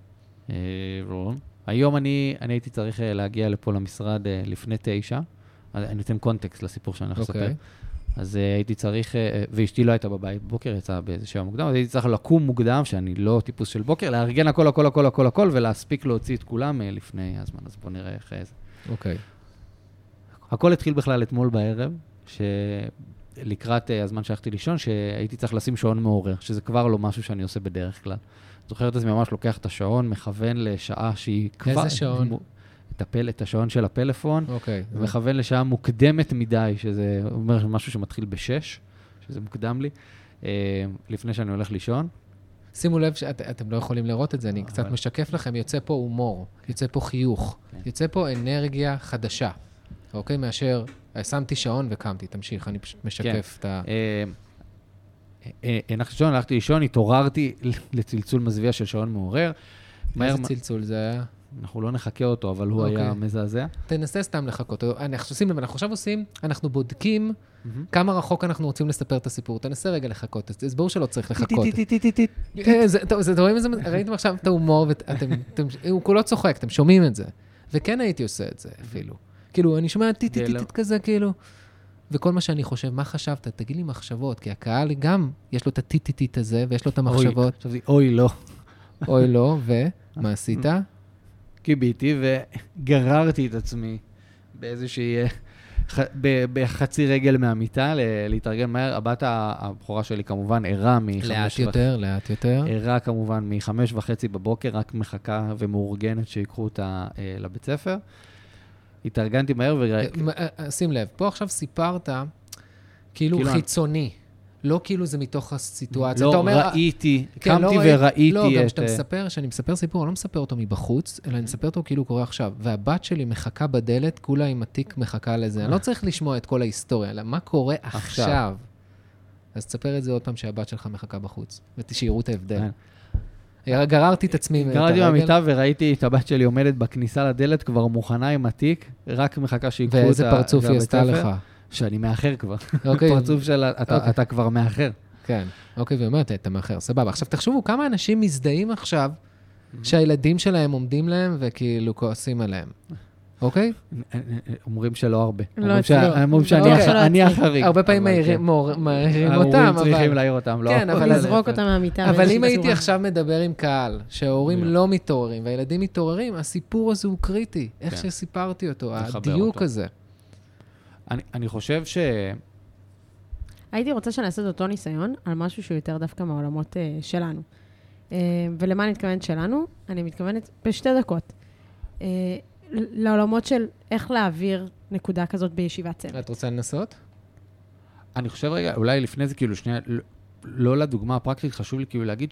היום אני הייתי צריך להגיע לפה למשרד לפני 9, אני אתן קונטקסט לסיפור שאני הולך לספר. אז הייתי צריך, ואשתי לא הייתה בבית, בוקר יצאה באיזה שעה מוקדם, אז הייתי צריך לקום מוקדם, שאני לא טיפוס של בוקר, לארגן הכל, ולהספיק להוציא את כולם לפני הזמן, אז בואו נראה איך זה. אוקיי. הכל התחיל בכלל אתמול בערב, לקראת הזמן שהלכתי לישון, שהייתי צריך לשים שעון מעורר, שזה כבר לא משהו שאני עושה בדרך כלל. זוכרת את זה ממש לוקח את השעון, מכוון לשעה שהיא כבר... איזה שעון? את השעון של הפלאפון, אוקיי. ומכוון לשעה מוקדמת מדי, שזה אומר משהו שמתחיל ב6, שזה מוקדם לי, לפני שאני הולך לישון. שימו לב שאתם לא יכולים לראות את זה, אני קצת משקף לכם, יוצא פה הומור, יוצא פה חיוך, יוצא פה אנרגיה חדשה, אוקיי? מאשר, שמתי שעון וקמתי, תמשיך, אני פשוט משקף את ה... הלכתי לישון, התעוררתי לצלצול מזוויע של שעון מעורר. איזה צלצול זה היה? אנחנו לא נחכה אותו, אבל הוא היה מזעזע. תנסה סתם לחכות. אנחנו עכשיו עושים, אנחנו בודקים כמה רחוק אנחנו רוצים לספר את הסיפור. תנסה רגע לחכות. אז ברור שלא צריך לחכות. רואים איזה, ראיתם עכשיו את ההומור, הוא כולו צוחק, אתם שומעים את זה. וכן הייתי עושה את זה אפילו. כאילו, אני שומע טיט כזה, כאילו. וכל מה שאני חושב, מה חשבת? תגיד לי מחשבות, כי הקהל גם, יש לו את הטיט הזה, ויש לו את המחשבות. אוי, לא. אוי, לא, ומה עשית? קיביתי וגררתי את עצמי באיזושהי, בחצי רגל מהמיטה, להתארגן מהר. הבת הבחורה שלי כמובן ערה לאט יותר. ערה כמובן מ5:30 בבוקר, רק מחכה ומאורגנת שיקחו אותה לבית ספר. התארגנתי מהר שים לב, פה עכשיו סיפרת כאילו חיצוני. לא כאילו זה מתוך הסיטואציה. לא ראיתי, קמתי וראיתי. לא, גם כשאני מספר סיפור, אני לא מספר אותו מבחוץ, אלא אני מספר אותו כאילו קורה עכשיו. והבת שלי מחכה בדלת, כולה עם התיק מחכה לזה. אני לא צריך לשמוע את כל ההיסטוריה, אלא מה קורה עכשיו. אז תספר את זה עוד פעם שהבת שלך מחכה בחוץ, ותשאירו את ההבדל. גררתי את עצמי. גררתי במיטה וראיתי את הבת שלי עומדת בכניסה לדלת, כבר מוכנה עם התיק, רק מחכה שיקחו אותה. ואיזה פרצוף היא עשתה לך? שאני מאחר כבר. פרצוף של אתה כבר מאחר. כן, אוקיי, ואומרת, אתה מאחר, סבבה. עכשיו תחשבו, כמה אנשים מזדהים עכשיו שהילדים שלהם עומדים להם וכאילו כועסים עליהם. אוקיי? אומרים שלא הרבה. אומרים שאני החריג. הרבה פעמים מעירים אותם. ההורים צריכים להעיר אותם, לא. כן, אבל לזרוק אותם מהמיטה. אבל אם הייתי עכשיו מדבר עם קהל, שההורים לא מתעוררים והילדים מתעוררים, הסיפור הזה הוא קריטי. איך שסיפרתי אותו, הדיוק הזה. אני חושב הייתי רוצה שנעשה את אותו ניסיון על משהו שהוא יותר דווקא מהעולמות שלנו. ולמה אני מתכוונת שלנו? אני מתכוונת בשתי דקות. לעולמות של איך להעביר נקודה כזאת בישיבת צוות. את רוצה לנסות? אני חושב רגע, אולי לפני זה כאילו שנייה, לא לדוגמה הפרקטית, חשוב לי כאילו להגיד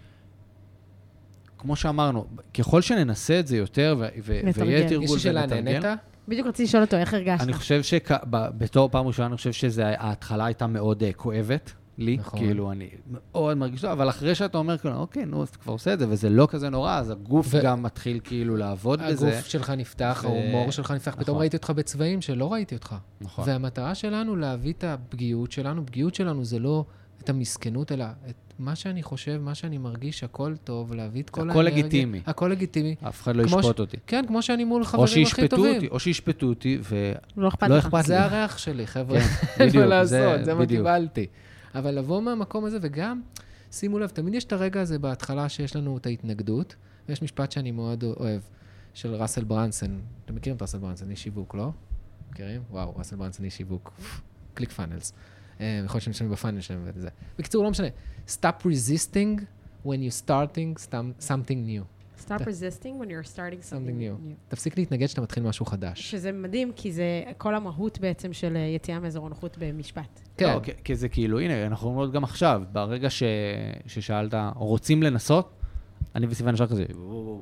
כמו שאמרנו, ככל שננסה את זה יותר ויהיה תרגול ונתרגל, בדיוק רציתי לשאול אותו, איך הרגשת? אני חושב שבתור פעם ראשונה, אני חושב שההתחלה הייתה מאוד כואבת, לי, נכון. כאילו, אני מאוד מרגיש טוב, אבל אחרי שאתה אומר, כאילו, אוקיי, נו, אז אתה כבר עושה את זה, וזה לא כזה נורא, אז הגוף גם מתחיל כאילו לעבוד בזה. הגוף שלך נפתח, ההומור שלך נפתח, פתאום ראיתי אותך בצבעים שלא ראיתי אותך. נכון. והמטרה שלנו להביא את הפגיעות שלנו, פגיעות שלנו זה לא את המסכנות, אלא את מה שאני חושב, מה שאני מרגיש, הכל טוב, להביא את כל הכל לגיטימי. הכל לגיטימי. אף אחד לא ישפוט אותי. כן, כמו שאני מול חברים הכי טובים. או שישפטו אותי, לא אכפת ולא לך. אכפת לי. זה הריח שלי, חבר'ה. כן, בדיוק, מה לעשות, זה מה בדיוק. קיבלתי. אבל לבוא מהמקום הזה, וגם, שימו לב, תמיד יש את הרגע הזה בהתחלה שיש לנו את ההתנגדות, ויש משפט שאני מאוד אוהב, של ראסל ברנסון. אתם מכירים את ראסל ברנסון? איש שיווק, לא? מכירים? וואו, ראסל ברנסון איש שיווק. קליק פאנלס. יכול להיות שהם משלמים בפאנל שלהם וזה. בקיצור, לא משנה. Stop resisting when you're starting something new. Stop resisting when you're starting something new. תפסיק להתנגד שאתה מתחיל משהו חדש. שזה מדהים, כי זה כל המהות בעצם של יציאה מאזור הנוחות במשפט. כן. לא, כי זה כאילו, הנה, אנחנו אומרים גם עכשיו, ברגע ששאלת, רוצים לנסות, אני וסיוון ישר כזה,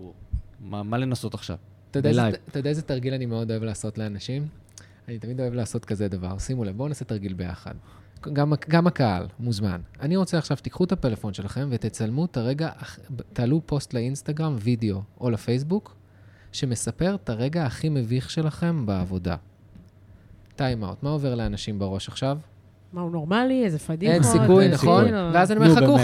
מה לנסות עכשיו? אתה יודע איזה תרגיל אני מאוד אוהב לעשות לאנשים? אני תמיד אוהב לעשות כזה דבר. שימו לב, בואו נעשה תרגיל ביחד. גם הקהל, מוזמן. אני רוצה עכשיו, תיקחו את הפלאפון שלכם ותצלמו את הרגע, תעלו פוסט לאינסטגרם, וידאו או לפייסבוק, שמספר את הרגע הכי מביך שלכם בעבודה. טיים אאוט. מה עובר לאנשים בראש עכשיו? מה הוא נורמלי? איזה פדיחות? אין סיכוי, נכון? ואז אני אומר,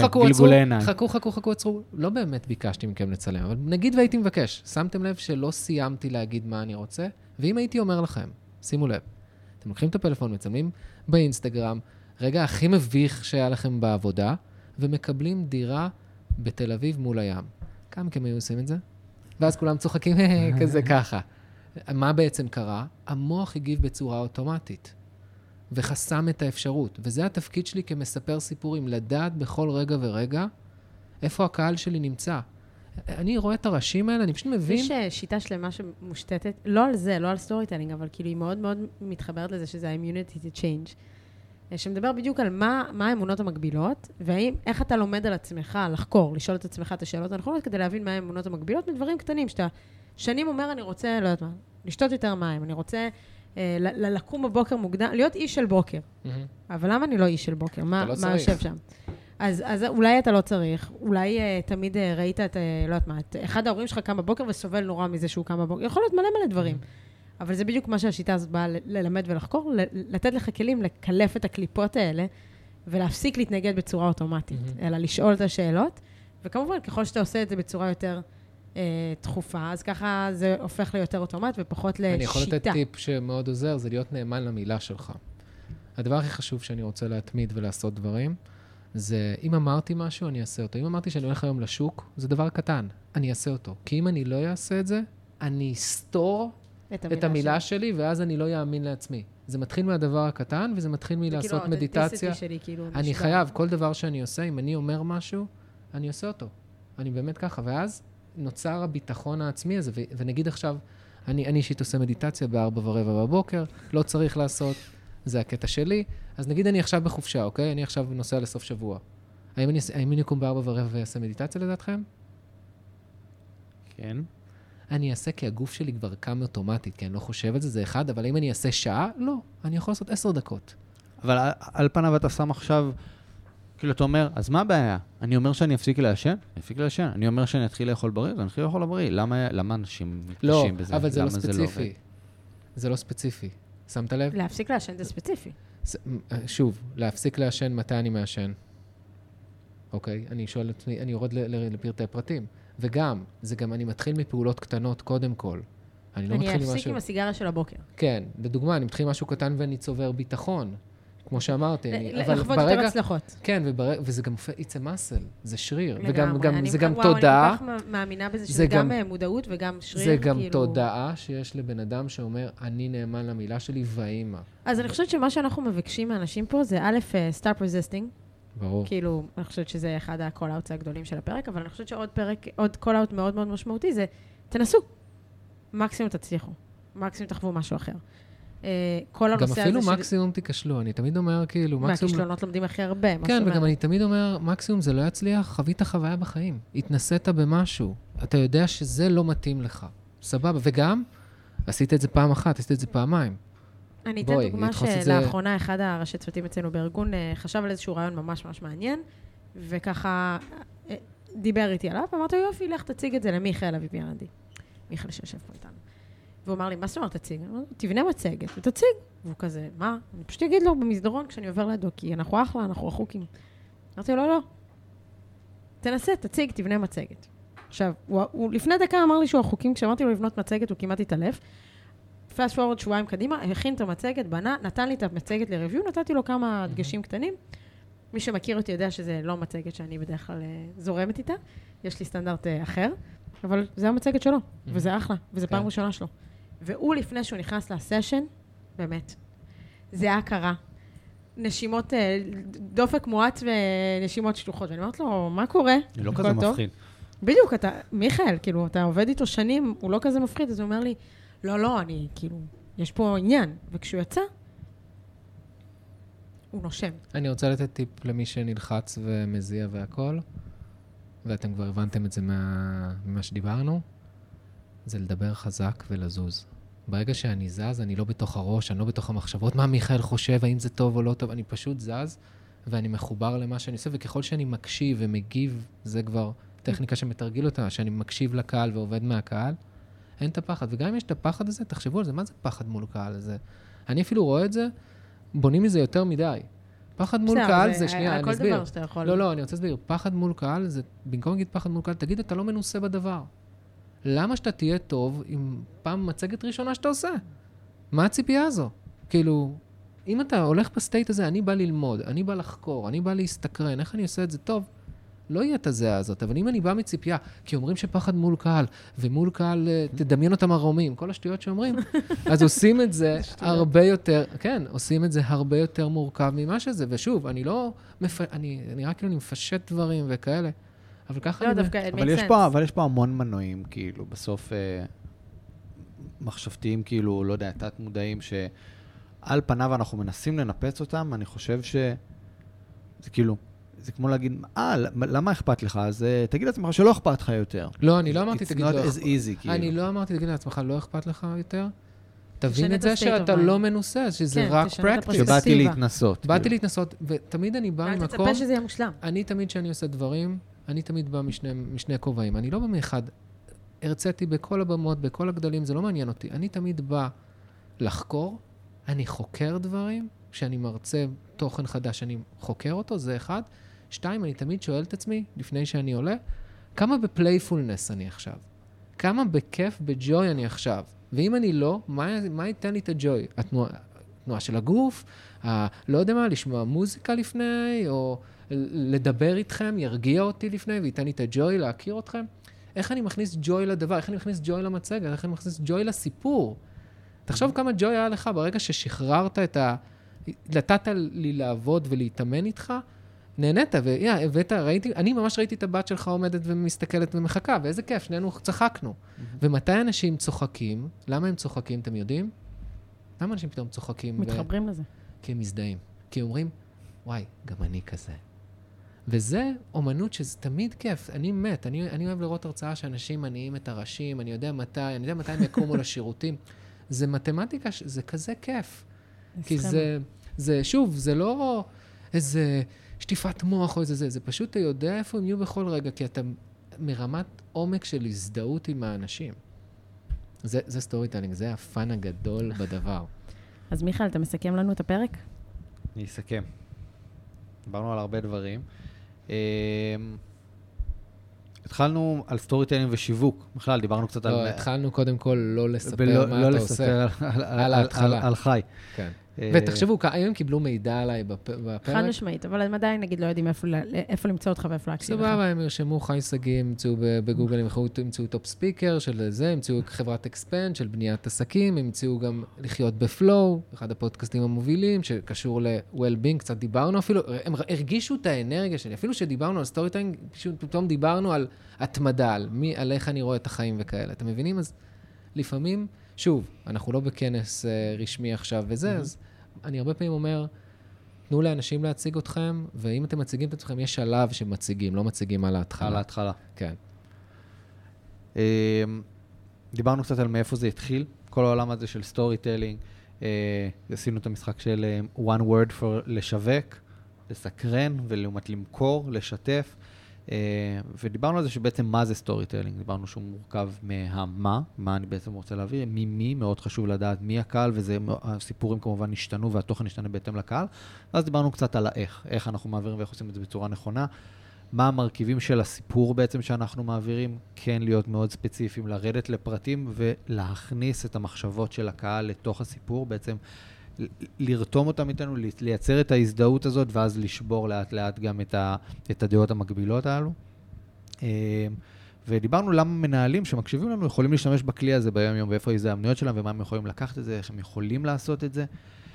חכו, עצרו. לא באמת ביקשתי מכם לצלם, אבל נגיד והייתי מבקש. שמתם לב שלא סיימתי להגיד מה אני רוצה? ואם הייתי אומר לכם, שימו לב, אתם לוקחים את הפלאפון, מצלמים באינסטגרם, רגע הכי מביך שהיה לכם בעבודה, ומקבלים דירה בתל אביב מול הים. כמה מכם היו עושים את זה? ואז כולם צוחקים כזה ככה. מה בעצם קרה? המוח הגיב בצורה אוטומטית, וחסם את האפשרות. וזה התפקיד שלי כמספר סיפורים, לדעת בכל רגע ורגע איפה הקהל שלי נמצא. אני רואה את הראשים האלה, אני פשוט מבין... יש שיטה שלמה שמושתתת, לא על זה, לא על סטורי טיילינג, אבל כאילו היא מאוד מאוד מתחברת לזה, שזה ה-immunity to change, שמדבר בדיוק על מה האמונות המקבילות, ואיך אתה לומד על עצמך, לחקור, לשאול את עצמך את השאלות הנכונות, כדי להבין מה האמונות המקבילות, מדברים קטנים, שאתה שנים אומר, אני רוצה, לא יודעת מה, לשתות יותר מים, אני רוצה לקום בבוקר מוקדם, להיות איש של בוקר. אבל למה אני לא איש של בוקר? מה יושב שם? אז אולי אתה לא צריך, אולי תמיד ראית את, לא יודעת מה, אחד ההורים שלך קם בבוקר וסובל נורא מזה שהוא קם בבוקר, יכול להיות מלא דברים. אבל זה בדיוק מה שהשיטה הזאת באה ללמד ולחקור, לתת לך כלים לקלף את הקליפות האלה, ולהפסיק להתנגד בצורה אוטומטית, אלא לשאול את השאלות, וכמובן, ככל שאתה עושה את זה בצורה יותר תכופה, אז ככה זה הופך ליותר אוטומט ופחות לשיטה. אני יכול לתת טיפ שמאוד עוזר, זה להיות נאמן למילה שלך. הדבר הכי חשוב שאני רוצה להתמיד ולעשות דברים, זה אם אמרתי משהו, אני אעשה אותו. אם אמרתי שאני הולך היום לשוק, זה דבר קטן, אני אעשה אותו. כי אם אני לא אעשה את זה, אני אסתור את המילה שלי, ואז אני לא יאמין לעצמי. זה מתחיל מהדבר הקטן, וזה מתחיל מלעשות מדיטציה. אני חייב, כל דבר שאני עושה, אם אני אומר משהו, אני עושה אותו. אני באמת ככה, ואז נוצר הביטחון העצמי הזה, ונגיד עכשיו, אני אישית עושה מדיטציה ב4:15 בבוקר, לא צריך לעשות, זה הקטע שלי, אז נגיד אני עכשיו בחופשה, אוקיי? אני עכשיו נוסע לסוף שבוע. האם אני אקום ב4:15 ואעשה מדיטציה לדעתכם? כן. אני אעשה כי הגוף שלי כבר קם אוטומטית, כי אני לא חושב על זה, זה אחד, אבל אם אני אעשה שעה, לא. אני יכול לעשות 10 דקות. אבל על פניו אתה שם עכשיו, כאילו אתה אומר, אז מה הבעיה? אני אומר שאני אפסיק לעשן? אני אפסיק לעשן. אני אומר שאני אתחיל לאכול בריא? אני אתחיל לאכול בריא. למה אנשים מתקשים בזה? לא, אבל זה לא ספציפי. זה לא ספציפי. שמת לב? להפסיק לעשן זה ספציפי. שוב, להפסיק לעשן מתי אני מעשן. אוקיי? אני שואל את עצמי, אני יורד לפרטי פרטים. וגם, זה גם, אני מתחיל מפעולות קטנות קודם כל. אני אפסיק עם הסיגריה של הבוקר. כן, לדוגמה, אני מתחיל משהו קטן ואני צובר ביטחון. כמו שאמרתי, לחוות יותר הצלחות. כן, וזה גם it's a muscle, זה שריר. וגם זה גם תודעה. אני כל כך מאמינה בזה שזה גם מודעות וגם שריר. זה גם תודעה שיש לבן אדם שאומר, אני נאמן למילה שלי והאימא. אז אני חושבת שמה שאנחנו מבקשים מאנשים פה זה א', stop resisting. ברור. כאילו, אני חושבת שזה אחד ה-call-outs הגדולים של הפרק, אבל אני חושבת שעוד פרק, עוד call-out מאוד מאוד משמעותי זה, תנסו. מקסימום תצליחו. מקסימום תחוו משהו אחר. כל הנושא הזה גם אפילו מקסימום תיכשלו, אני תמיד אומר כאילו, מקסימום... מהכישלונות לומדים הכי הרבה. כן, וגם אני תמיד אומר, מקסימום זה לא יצליח, חווית חוויה בחיים. התנסית במשהו. אתה יודע שזה לא מתאים לך. סבבה. וגם, עשית את זה פעם אחת, עשית את זה פעמיים. אני אתן דוגמה שלאחרונה אחד הראשי צוותים אצלנו בארגון חשב על איזשהו רעיון ממש ממש מעניין, וככה דיבר איתי עליו, ואמרתי, יופי, לך תציג את זה למיכאל אביב ינדי. מיכאל שיושב פה איתנו. והוא אמר לי, מה זאת אומרת תציג? תבנה מצגת ותציג. והוא כזה, מה? אני פשוט אגיד לו במסדרון כשאני עובר לידו, כי אנחנו אחלה, אנחנו רחוקים. אמרתי לו, לא. תנסה, תציג, תבנה מצגת. עכשיו, הוא לפני דקה אמר לי שהוא רחוקים, כשאמרתי לו לבנות מצגת, הוא כמעט התעלף. פאסט פורוורד שבועיים קדימה, הכין את המצגת, בנה, נתן לי את המצגת לריוויו, נתתי לו כמה דגשים קטנים. מי שמכיר אותי יודע שזה לא מצגת שאני בדרך כלל זורמת איתה, יש לי סטנדרט אחר, אבל זה המצגת שלו, וזה אחלה, וזה פעם ראשונה שלו. והוא לפני שהוא נכנס לסשן, באמת, זה היה קרה. נשימות, דופק מועט ונשימות שלוחות, ואני אומרת לו, מה קורה? זה לא כזה מפחיד. בדיוק, מיכאל, כאילו, אתה עובד איתו שנים, הוא לא כזה מפחיד, אז הוא אומר לי, לא, אני, כאילו, יש פה עניין. וכשהוא יצא, הוא נושם. אני רוצה לתת טיפ למי שנלחץ ומזיע והכל, ואתם כבר הבנתם את זה ממה שדיברנו, זה לדבר חזק ולזוז. ברגע שאני זז, אני לא בתוך הראש, אני לא בתוך המחשבות, מה מיכאל חושב, האם זה טוב או לא טוב, אני פשוט זז, ואני מחובר למה שאני עושה, וככל שאני מקשיב ומגיב, זה כבר טכניקה שמתרגיל אותה, שאני מקשיב לקהל ועובד מהקהל, אין את הפחד. וגם אם יש את הפחד הזה, תחשבו על זה, מה זה פחד מול קהל הזה? אני אפילו רואה את זה, בונים מזה יותר מדי. פחד מול קהל זה, שנייה, אני אסביר. לא, אני רוצה להסביר. פחד מול קהל זה, במקום להגיד פחד מול קהל, תגיד, אתה לא מנוסה בדבר. למה שאתה תהיה טוב עם פעם מצגת ראשונה שאתה עושה? מה הציפייה הזו? כאילו, אם אתה הולך בסטייט הזה, אני בא ללמוד, אני בא לחקור, אני בא להסתקרן, איך אני עושה את זה טוב? לא יהיה את הזה הזאת, אבל אם אני בא מציפייה, כי אומרים שפחד מול קהל, ומול קהל תדמיין אותם ערומים, כל השטויות שאומרים, אז עושים את זה הרבה יותר, כן, עושים את זה הרבה יותר מורכב ממה שזה, ושוב, אני רק כאילו מפשט דברים וכאלה, אבל ככה לא, דווקא, אבל יש פה המון מנועים, כאילו, בסוף מחשבתיים, כאילו, לא יודע, תת מודעים, שעל פניו אנחנו מנסים לנפץ אותם, אני חושב שזה כאילו, זה כמו להגיד, למה אכפת לך? אז תגיד לעצמך שלא אכפת לך יותר. לא, אני לא אמרתי, תגיד לא אכפת. It's not as easy, כאילו. אני לא אמרתי, תגיד לעצמך, לא אכפת לך יותר. תבין את זה שאתה לא מנוסה, שזה רק practice. שבאתי להתנסות. באתי להתנסות, ותמיד אני בא ממקום... תצפה שזה יהיה מושלם. אני תמיד שאני עושה דברים, אני תמיד בא משני כובעים. אני לא בא מאחד. הרציתי בכל הבמות, בכל הגדלים, זה לא מעניין אותי. אני תמיד בא לחקור, אני חוקר דברים, כשאני מרצה תוכן חדש, אני חוקר אותו, זה אחד. 2, אני תמיד שואל את עצמי, לפני שאני עולה, כמה בפלייפולנס אני עכשיו? כמה בכיף, בג'וי אני עכשיו? ואם אני לא, מה ייתן לי את הג'וי? התנועה של הגוף, לא יודע מה, לשמוע מוזיקה לפני, או לדבר איתכם, ירגיע אותי לפני, וייתן לי את הג'וי, להכיר אתכם? איך אני מכניס ג'וי לדבר? איך אני מכניס ג'וי למצגת? איך אני מכניס ג'וי לסיפור? תחשוב כמה ג'וי היה לך ברגע ששחררת נתת לי לעבוד ולהתאמן איתך, נהנית, אני ממש ראיתי את הבת שלך עומדת ומסתכלת ומחכה, ואיזה כיף, שנינו צחקנו. ומתי אנשים צוחקים? למה הם צוחקים, אתם יודעים? למה אנשים פתאום צוחקים? מתחברים לזה. כי הם מזדהים. כי אומרים, וואי, גם אני כזה. וזה אומנות שזה תמיד כיף. אני מת, אני אוהב לראות הרצאה שאנשים מניעים את הראשים, אני יודע מתי הם יקומו לשירותים. זה מתמטיקה, זה כזה כיף. כי זה, שוב, זה לא איזה שטיפת מוח או איזה זה פשוט אתה יודע איפה הם יהיו בכל רגע, כי אתה מרמת עומק של הזדהות עם האנשים. זה סטוריטלינג, זה הפן הגדול בדבר. אז מיכאל, אתה מסכם לנו את הפרק? אני אסכם. דיברנו על הרבה דברים. התחלנו על סטוריטלינג ושיווק. בכלל, דיברנו קצת על... לא, התחלנו קודם כל לא לספר מה אתה עושה. על ההתחלה. על חי. כן. ותחשבו, היום הם קיבלו מידע עליי בפרק. חד משמעית, אבל הם עדיין, נגיד, לא יודעים איפה למצוא אותך ואיפה להקשיב לך. סבבה, הם ירשמו חי סגים, ימצאו בגוגל, הם ימצאו טופ ספיקר של זה, ימצאו חברת אקספנד של בניית עסקים, הם ימצאו גם לחיות בפלואו, אחד הפודקאסטים המובילים, שקשור ל-well-being, קצת דיברנו אפילו, הם הרגישו את האנרגיה שלי, אפילו שדיברנו על סטוריטלינג, פתאום דיברנו על התמדה, על איך אני רואה את החיים וכאלה. אתם מבינים? אז לפעמים, שוב, אנחנו לא בכנס רשמי עכשיו וזה, אז אני הרבה פעמים אומר, תנו לאנשים להציג אתכם, ואם אתם מציגים את עצמכם, יש שלב שמציגים, לא מציגים על ההתחלה. על ההתחלה. כן. דיברנו קצת על מאיפה זה התחיל, כל העולם הזה של סטורי טלינג, עשינו את המשחק של one word for לשווק, לסקרן, ולעומת למכור, לשתף. ודיברנו על זה שבעצם מה זה סטורי טיילינג. דיברנו שהוא מורכב מהמה, מה אני בעצם רוצה להעביר, ממי, מאוד חשוב לדעת מי הקהל, והסיפורים כמובן השתנו והתוכן השתנה בהתאם לקהל. ואז דיברנו קצת על איך אנחנו מעבירים ואיך עושים את זה בצורה נכונה. מה המרכיבים של הסיפור בעצם שאנחנו מעבירים, כן להיות מאוד ספציפיים, לרדת לפרטים ולהכניס את המחשבות של הקהל לתוך הסיפור, בעצם לרתום אותם איתנו, לייצר את ההזדהות הזאת, ואז לשבור לאט לאט גם את הדעות המקבילות האלו. ודיברנו למה מנהלים שמקשיבים לנו יכולים להשתמש בכלי הזה ביום יום, ואיפה ההזדמנויות שלהם, ומה הם יכולים לקחת את זה, איך הם יכולים לעשות את זה.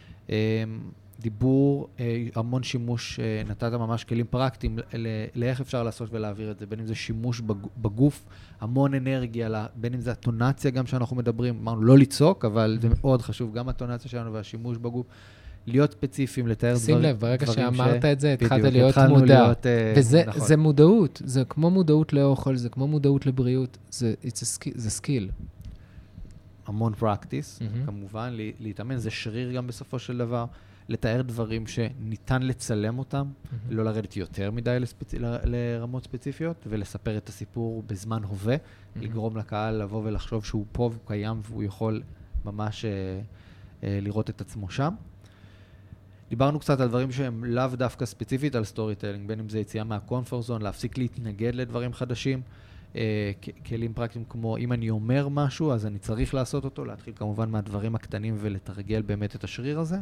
דיבור, המון שימוש, נתת ממש כלים פרקטיים לאיך אפשר לעשות ולהעביר את זה, בין אם זה שימוש בגוף, המון אנרגיה, בין אם זה הטונציה גם שאנחנו מדברים, אמרנו לא לצעוק, אבל זה מאוד חשוב, גם הטונציה שלנו והשימוש בגוף, להיות ספציפיים, לתאר דברים. שים לב, ברגע שאמרת את זה, התחלת להיות מודע. וזה מודעות, זה כמו מודעות לאוכל, זה כמו מודעות לבריאות, זה סקיל. המון פרקטיס, כמובן, להתאמן, זה שריר גם בסופו של דבר. לתאר דברים שניתן לצלם אותם, לא לרדת יותר מדי לרמות ספציפיות, ולספר את הסיפור בזמן הווה, לגרום לקהל לבוא ולחשוב שהוא פה והוא קיים, והוא יכול ממש לראות את עצמו שם. דיברנו קצת על דברים שהם לאו דווקא ספציפית על סטורי טיילינג, בין אם זה יציאה מהקונפורט זון, להפסיק להתנגד לדברים חדשים, כלים פרקטיים כמו אם אני אומר משהו, אז אני צריך לעשות אותו, להתחיל כמובן מהדברים הקטנים ולתרגל באמת את השריר הזה.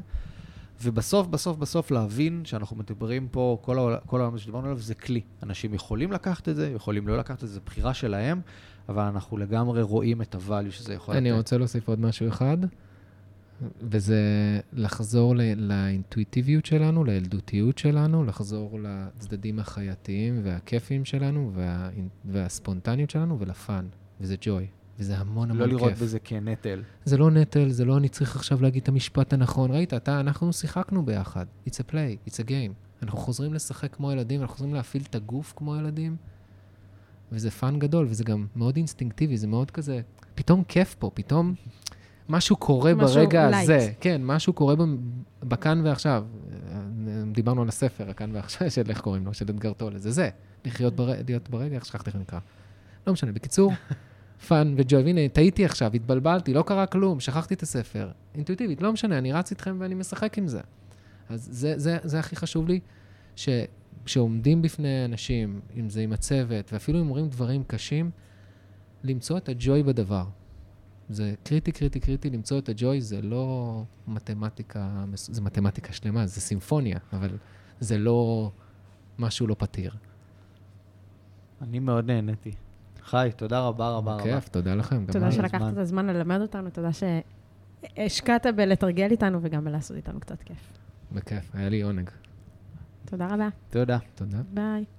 ובסוף להבין שאנחנו מדברים פה, כל העולם שדיברנו עליו זה כלי. אנשים יכולים לקחת את זה, יכולים לא לקחת את זה, זה בחירה שלהם, אבל אנחנו לגמרי רואים את הvalue שזה יכול לתת. אני רוצה להוסיף עוד משהו אחד, וזה לחזור לאינטואיטיביות שלנו, לילדותיות שלנו, לחזור לצדדים החייתיים והכיפיים שלנו, והספונטניות שלנו, ולפן, וזה ג'וי. וזה המון כיף. לא לראות בזה כנטל. זה לא נטל, זה לא אני צריך עכשיו להגיד את המשפט הנכון. ראית, אנחנו שיחקנו ביחד. It's a play, it's a game. אנחנו חוזרים לשחק כמו ילדים, אנחנו חוזרים להפעיל את הגוף כמו ילדים, וזה פן גדול, וזה גם מאוד אינסטינקטיבי, זה מאוד כזה, פתאום כיף פה, פתאום משהו קורה ברגע הזה. כן, משהו קורה בכאן ועכשיו. דיברנו על הספר, הכאן ועכשיו, של איך קוראים לו, של אדגר טולה. זה. להיות ברגע, איך שכחתי איך נקרא. לא משנה, בקיצור, פן וג'וי, והנה, טעיתי עכשיו, התבלבלתי, לא קרה כלום, שכחתי את הספר. אינטואיטיבית, לא משנה, אני רץ איתכם ואני משחק עם זה. אז זה הכי חשוב לי, שעומדים בפני אנשים, אם זה עם הצוות, ואפילו אם אומרים דברים קשים, למצוא את הג'וי בדבר. זה קריטי, למצוא את הג'וי, זה לא מתמטיקה, זה מתמטיקה שלמה, זה סימפוניה, אבל זה לא משהו לא פתיר. אני מאוד נהניתי. חי, תודה רבה. כיף, תודה לכם. תודה שלקחת את הזמן ללמד אותנו, תודה שהשקעת בלתרגל איתנו וגם בלעשות איתנו קצת כיף. בכיף, היה לי עונג. תודה רבה. תודה. תודה. ביי.